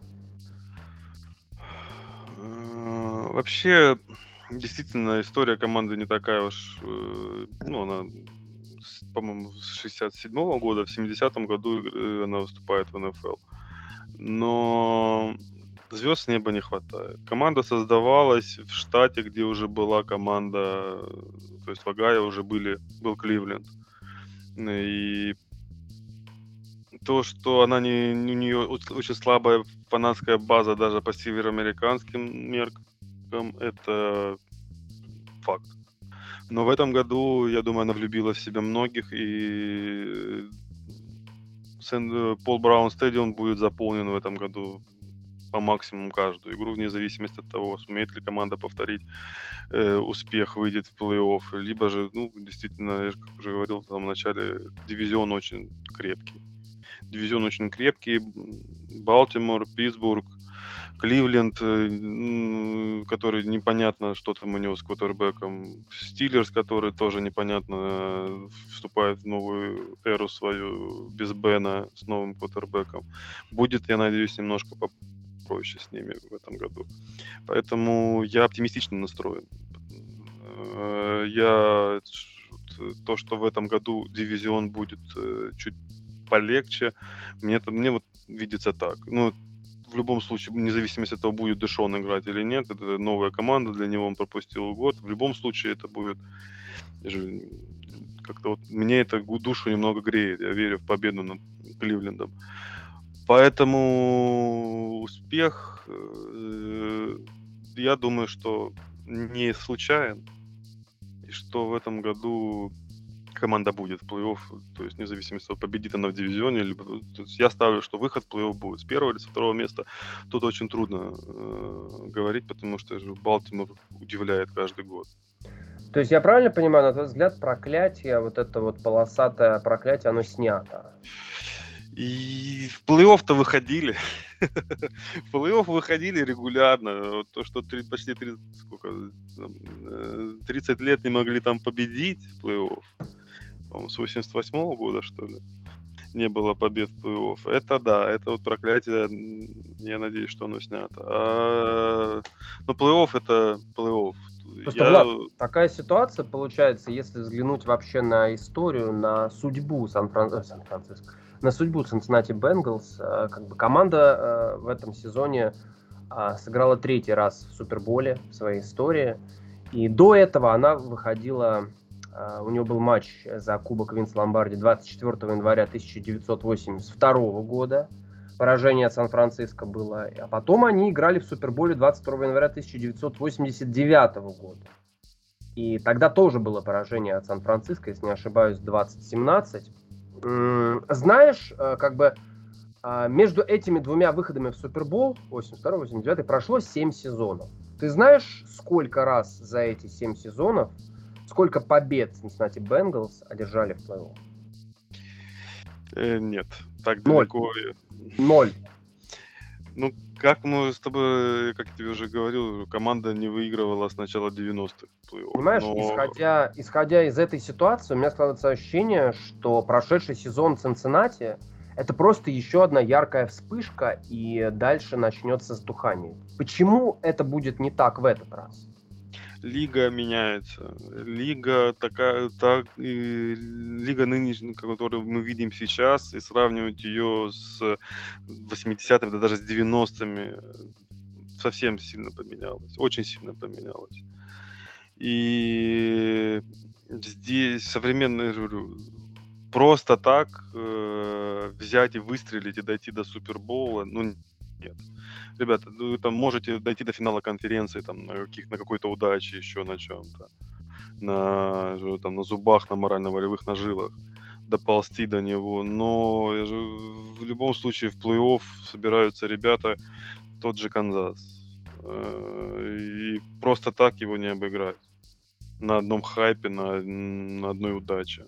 Вообще, действительно, история команды не такая уж... Ну, она, по-моему, с 67-го года, в 70-м году она выступает в НФЛ. Но звезд с неба не хватает. Команда создавалась в штате, где уже была команда... То есть в Огайо уже был Кливленд. И то, что у нее очень слабая фанатская база даже по североамериканским меркам, это факт. Но в этом году, я думаю, она влюбила в себя многих, и Пол Браун Стадион будет заполнен в этом году по максимуму каждую игру, вне зависимости от того, сумеет ли команда повторить успех, выйдет в плей-офф, либо же, ну, действительно, я же, как уже говорил в самом начале, дивизион очень крепкий. Дивизион очень крепкий. Балтимор, Питтсбург, Кливленд, который непонятно, что там у него с квотербеком. Стиллерс, который тоже непонятно вступает в новую эру свою без Бена с новым квотербеком. Будет, я надеюсь, немножко попроще с ними в этом году. Поэтому я оптимистично настроен. То, что в этом году дивизион будет чуть полегче, мне вот видится так. Ну, в любом случае, вне зависимости от того, будет Дэшон играть или нет, это новая команда, для него он пропустил год. В любом случае, это будет... Как-то вот мне это душу немного греет. Я верю в победу над Кливлендом. Поэтому успех, я думаю, что не случайен. И что в этом году команда будет в плей-офф, то есть вне зависимости от того, победит она в дивизионе, либо, то есть я ставлю, что выход в плей-офф будет с первого или со второго места. Тут очень трудно говорить, потому что Балтимор удивляет каждый год. То есть я правильно понимаю, на твой взгляд, проклятие, вот это вот полосатое проклятие, оно снято? И в плей-офф-то выходили. В плей-офф выходили регулярно. Вот то, что почти 30 лет не могли там победить в плей-офф. По-моему, с 88-го года, что ли, не было побед в плей-офф. Это да, это вот проклятие, я надеюсь, что оно снято. Но плей-офф это плей-офф. Просто, Влад, такая ситуация получается, если взглянуть вообще на историю, на судьбу Сан-Франциско, на судьбу Cincinnati Bengals, как бы команда в этом сезоне сыграла 3-й раз в Суперболе в своей истории. И до этого она выходила, у нее был матч за Кубок Винс Ломбарди 24 января 1982 года. Поражение от Сан-Франциско было. А потом они играли в Суперболе 22 января 1989 года. И тогда тоже было поражение от Сан-Франциско, если не ошибаюсь, 20-17. Знаешь, как бы между этими двумя выходами в Супербол, 82-89, прошло 7 сезонов. Ты знаешь, сколько раз за эти 7 сезонов, сколько побед Cincinnati Bengals одержали в плей-офф? Нет, так 0. далеко. 0. Ну, как мы с тобой, как я тебе уже говорил, команда не выигрывала с начала 90-х в плей-офф. Понимаешь, исходя из этой ситуации, у меня складывается ощущение, что прошедший сезон Цинциннати — это просто еще одна яркая вспышка, и дальше начнется затухание. Почему это будет не так в этот раз? Лига меняется. Лига лига нынешняя, которую мы видим сейчас, и сравнивать ее с 80-ми, да даже с 90-ми, совсем сильно поменялась. Очень сильно поменялась. И здесь современные, просто так взять и выстрелить и дойти до Супербола, ну нет. Ребята, вы там можете дойти до финала конференции там, на какой-то удаче, еще на чем-то. На зубах, на морально-волевых, на жилах. Доползти до него. Но в любом случае в плей-офф собираются ребята, тот же Канзас. И просто так его не обыграть. На одном хайпе, на одной удаче.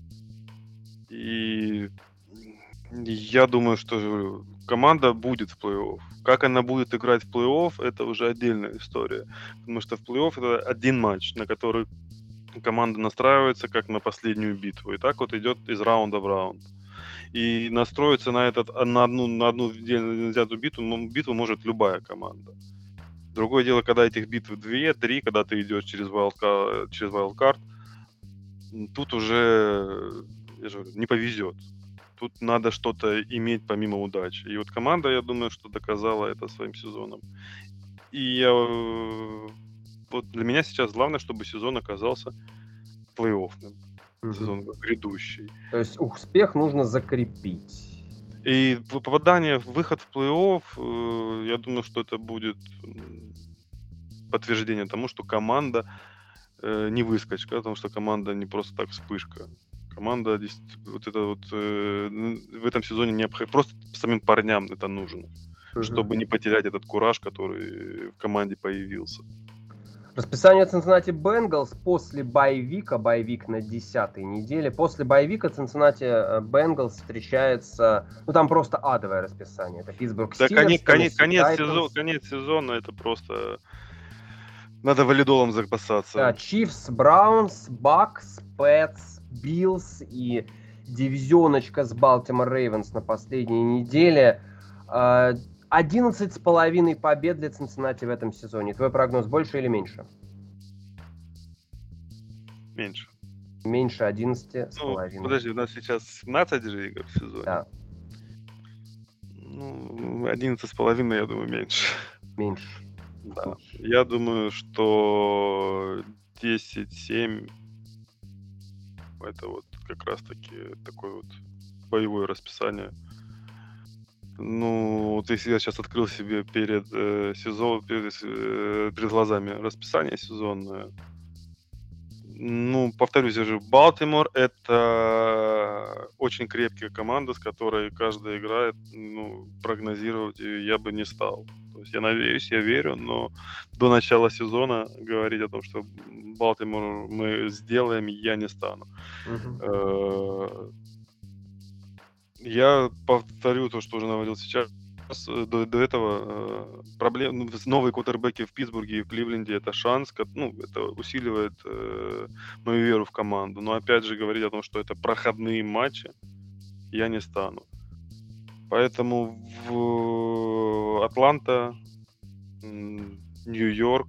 И я думаю, что команда будет в плей-офф. Как она будет играть в плей-офф, это уже отдельная история. Потому что в плей-офф это один матч, на который команда настраивается как на последнюю битву. И так вот идет из раунда в раунд. И настроиться на одну взятую битву может любая команда. Другое дело, когда этих битв 2-3, когда ты идешь через wildcard, тут уже не повезет. Тут надо что-то иметь помимо удачи. И вот команда, я думаю, что доказала это своим сезоном. И вот для меня сейчас главное, чтобы сезон оказался плей-оффным. Сезон грядущий. То есть успех нужно закрепить. И выход в плей-офф, я думаю, что это будет подтверждение тому, что команда не выскочка, потому что команда не просто так вспышка. Команда вот это вот в этом сезоне просто самим парням это нужно, чтобы не потерять этот кураж, который в команде появился. Расписание Cincinnati Bengals после боевика на 10-й неделе. После боевика Cincinnati Bengals встречается, там просто адовое расписание. Это Питтсбург Да, Стиллерс, конец сезона, это просто надо валидолом запасаться. Да, Chiefs, Browns, Bucks, Pats, Bills и дивизионочка с Baltimore Ravens на последней неделе. 11,5 побед для Cincinnati в этом сезоне. Твой прогноз больше или меньше? Меньше. Меньше 11,5. Подожди, у нас сейчас 17 же игр в сезоне. Да. 11,5, я думаю, меньше. Меньше. Да. Я думаю, что 10-7 это вот как раз-таки такое вот боевое расписание. Вот если я сейчас открыл себе перед глазами расписание сезонное, повторюсь, я же Балтимор — это очень крепкая команда, с которой каждая играет, прогнозировать ее я бы не стал. То есть я надеюсь, я верю, но до начала сезона говорить о том, что Балтимор мы сделаем, я не стану. Я повторю то, что уже говорил сейчас. До этого новые квотербеки в Питтсбурге и в Кливленде — это шанс, это усиливает мою веру в команду. Но опять же говорить о том, что это проходные матчи, я не стану. Поэтому в Атланта, Нью-Йорк,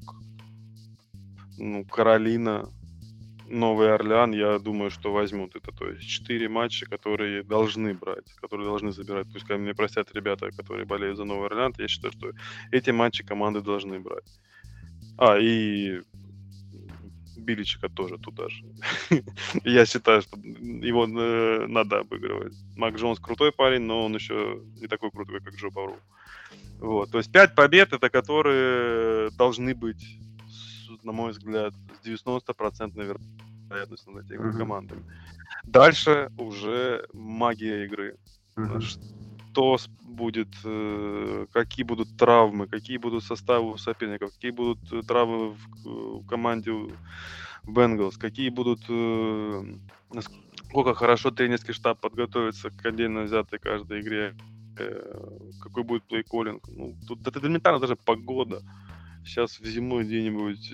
Каролина, Новый Орлеан, я думаю, что возьмут это. То есть 4 матча, которые должны брать, которые должны забирать. Пускай мне простят ребята, которые болеют за Новый Орлеан. Я считаю, что эти матчи команды должны брать. И Биличика тоже туда же. Я считаю, что его надо обыгрывать. Мак Джонс крутой парень, но он еще не такой крутой, как Джо Бару. Вот. То есть 5 побед, это которые должны быть, на мой взгляд, с 90% вероятностью над этими командами. Дальше уже магия игры. Что будет, какие будут травмы, какие будут составы у соперников, какие будут травмы в команде Bengals, какие будут, насколько хорошо тренерский штаб подготовится к отдельно взятой каждой игре, какой будет плей-коллинг. Тут это элементарно даже погода. Сейчас в зимой где-нибудь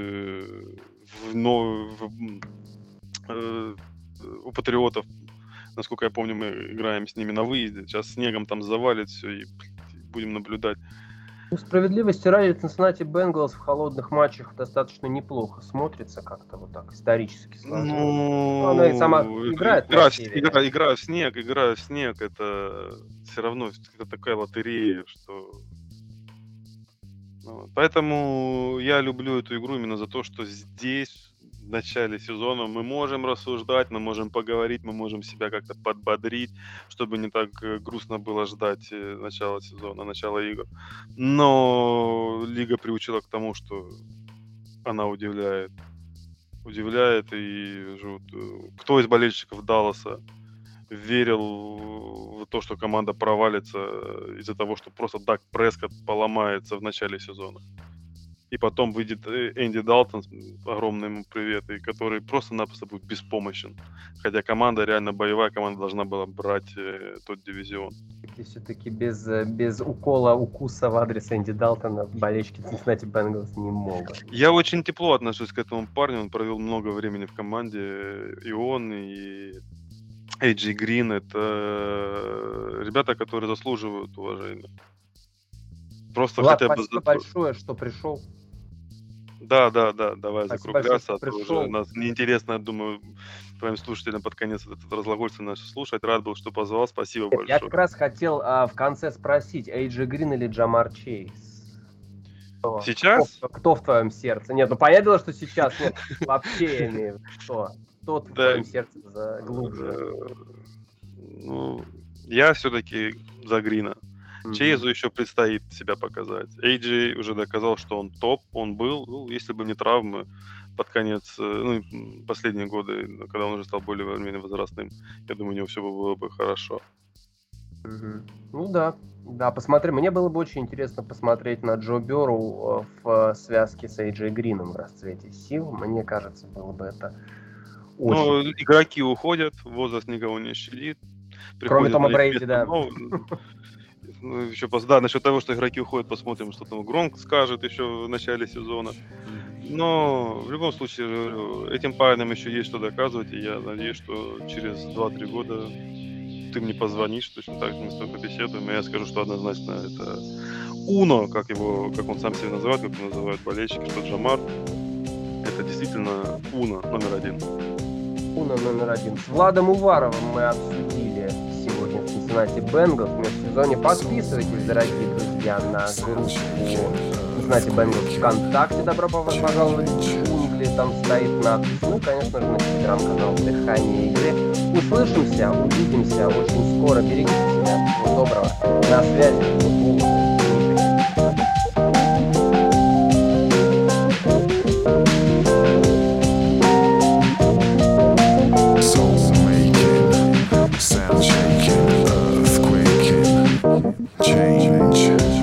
у Патриотов, насколько я помню, мы играем с ними на выезде. Сейчас снегом там завалит все, и будем наблюдать. Справедливости ради, Cincinnati Bengals в холодных матчах достаточно неплохо смотрится, как-то вот так исторически сложилось. Она и сама играет на севере. Игра в снег, это все равно это такая лотерея, что... Поэтому я люблю эту игру именно за то, что здесь в начале сезона мы можем рассуждать, мы можем поговорить, мы можем себя как-то подбодрить, чтобы не так грустно было ждать начала сезона, начала игр. Но лига приучила к тому, что она удивляет. И кто из болельщиков Далласа верил в то, что команда провалится из-за того, что просто Даг Прескотт поломается в начале сезона. И потом выйдет Энди Далтон, огромный ему привет, и который просто-напросто будет беспомощен. Хотя команда реально боевая, команда должна была брать тот дивизион. И все-таки без укуса в адрес Энди Далтона болельщики Cincinnati Bengals не могут. Я очень тепло отношусь к этому парню, он провел много времени в команде, и он, и AJ Green — это ребята, которые заслуживают уважения. Просто Влад, хотя бы... спасибо большое, что пришел. Да, давай Спасибо закругляться, большое, а то уже нас неинтересно, я думаю, твоим слушателям под конец этот разглагольство наше слушать. Рад был, что позвал, спасибо большое. Я как раз хотел в конце спросить, AJ Green или Джамар Чейз? Сейчас? Кто в твоем сердце? Нет, понятное дело, что сейчас нет. Вообще я имею в виду, кто в твоем сердце глубже? Я все-таки за Грина. Чейзу еще предстоит себя показать. AJ уже доказал, что он топ, он был, если бы не травмы, под конец, ну, и последние годы, когда он уже стал более-менее возрастным, я думаю, у него все было бы хорошо. Мгм. Ну да, да, посмотри, мне было бы очень интересно посмотреть на Джо Бёрроу в связке с Эйджей Грином в расцвете сил. Мне кажется, было бы это очень. Но игроки уходят, возраст никого не щадит. Кроме Приходят Тома на их Брейди, место да. Ну, еще да, насчет того, что игроки уходят, посмотрим, что там Гронк скажет еще в начале сезона. Но в любом случае, говорю, этим парням еще есть что доказывать, и я надеюсь, что через 2-3 года ты мне позвонишь, точно так же мы с тобой побеседуем, и я скажу, что однозначно это Уно, как он сам себя называет, как его называют болельщики, что Джамар, это действительно Уно номер один. Уна номер один. С Владом Уваровым мы обсудили сегодня в Cincinnati Bengals в межсезонье. Подписывайтесь, дорогие друзья, на группу Cincinnati Bengals ВКонтакте. Добро пожаловать в джунгли. Там стоит надпись. Ну и, конечно же, на телеграм-канал «Дыхание игры». Услышимся, увидимся очень скоро. Берегите себя. Всего доброго. На связи. Футбол. Soul making, sound shaking, earth quaking, change.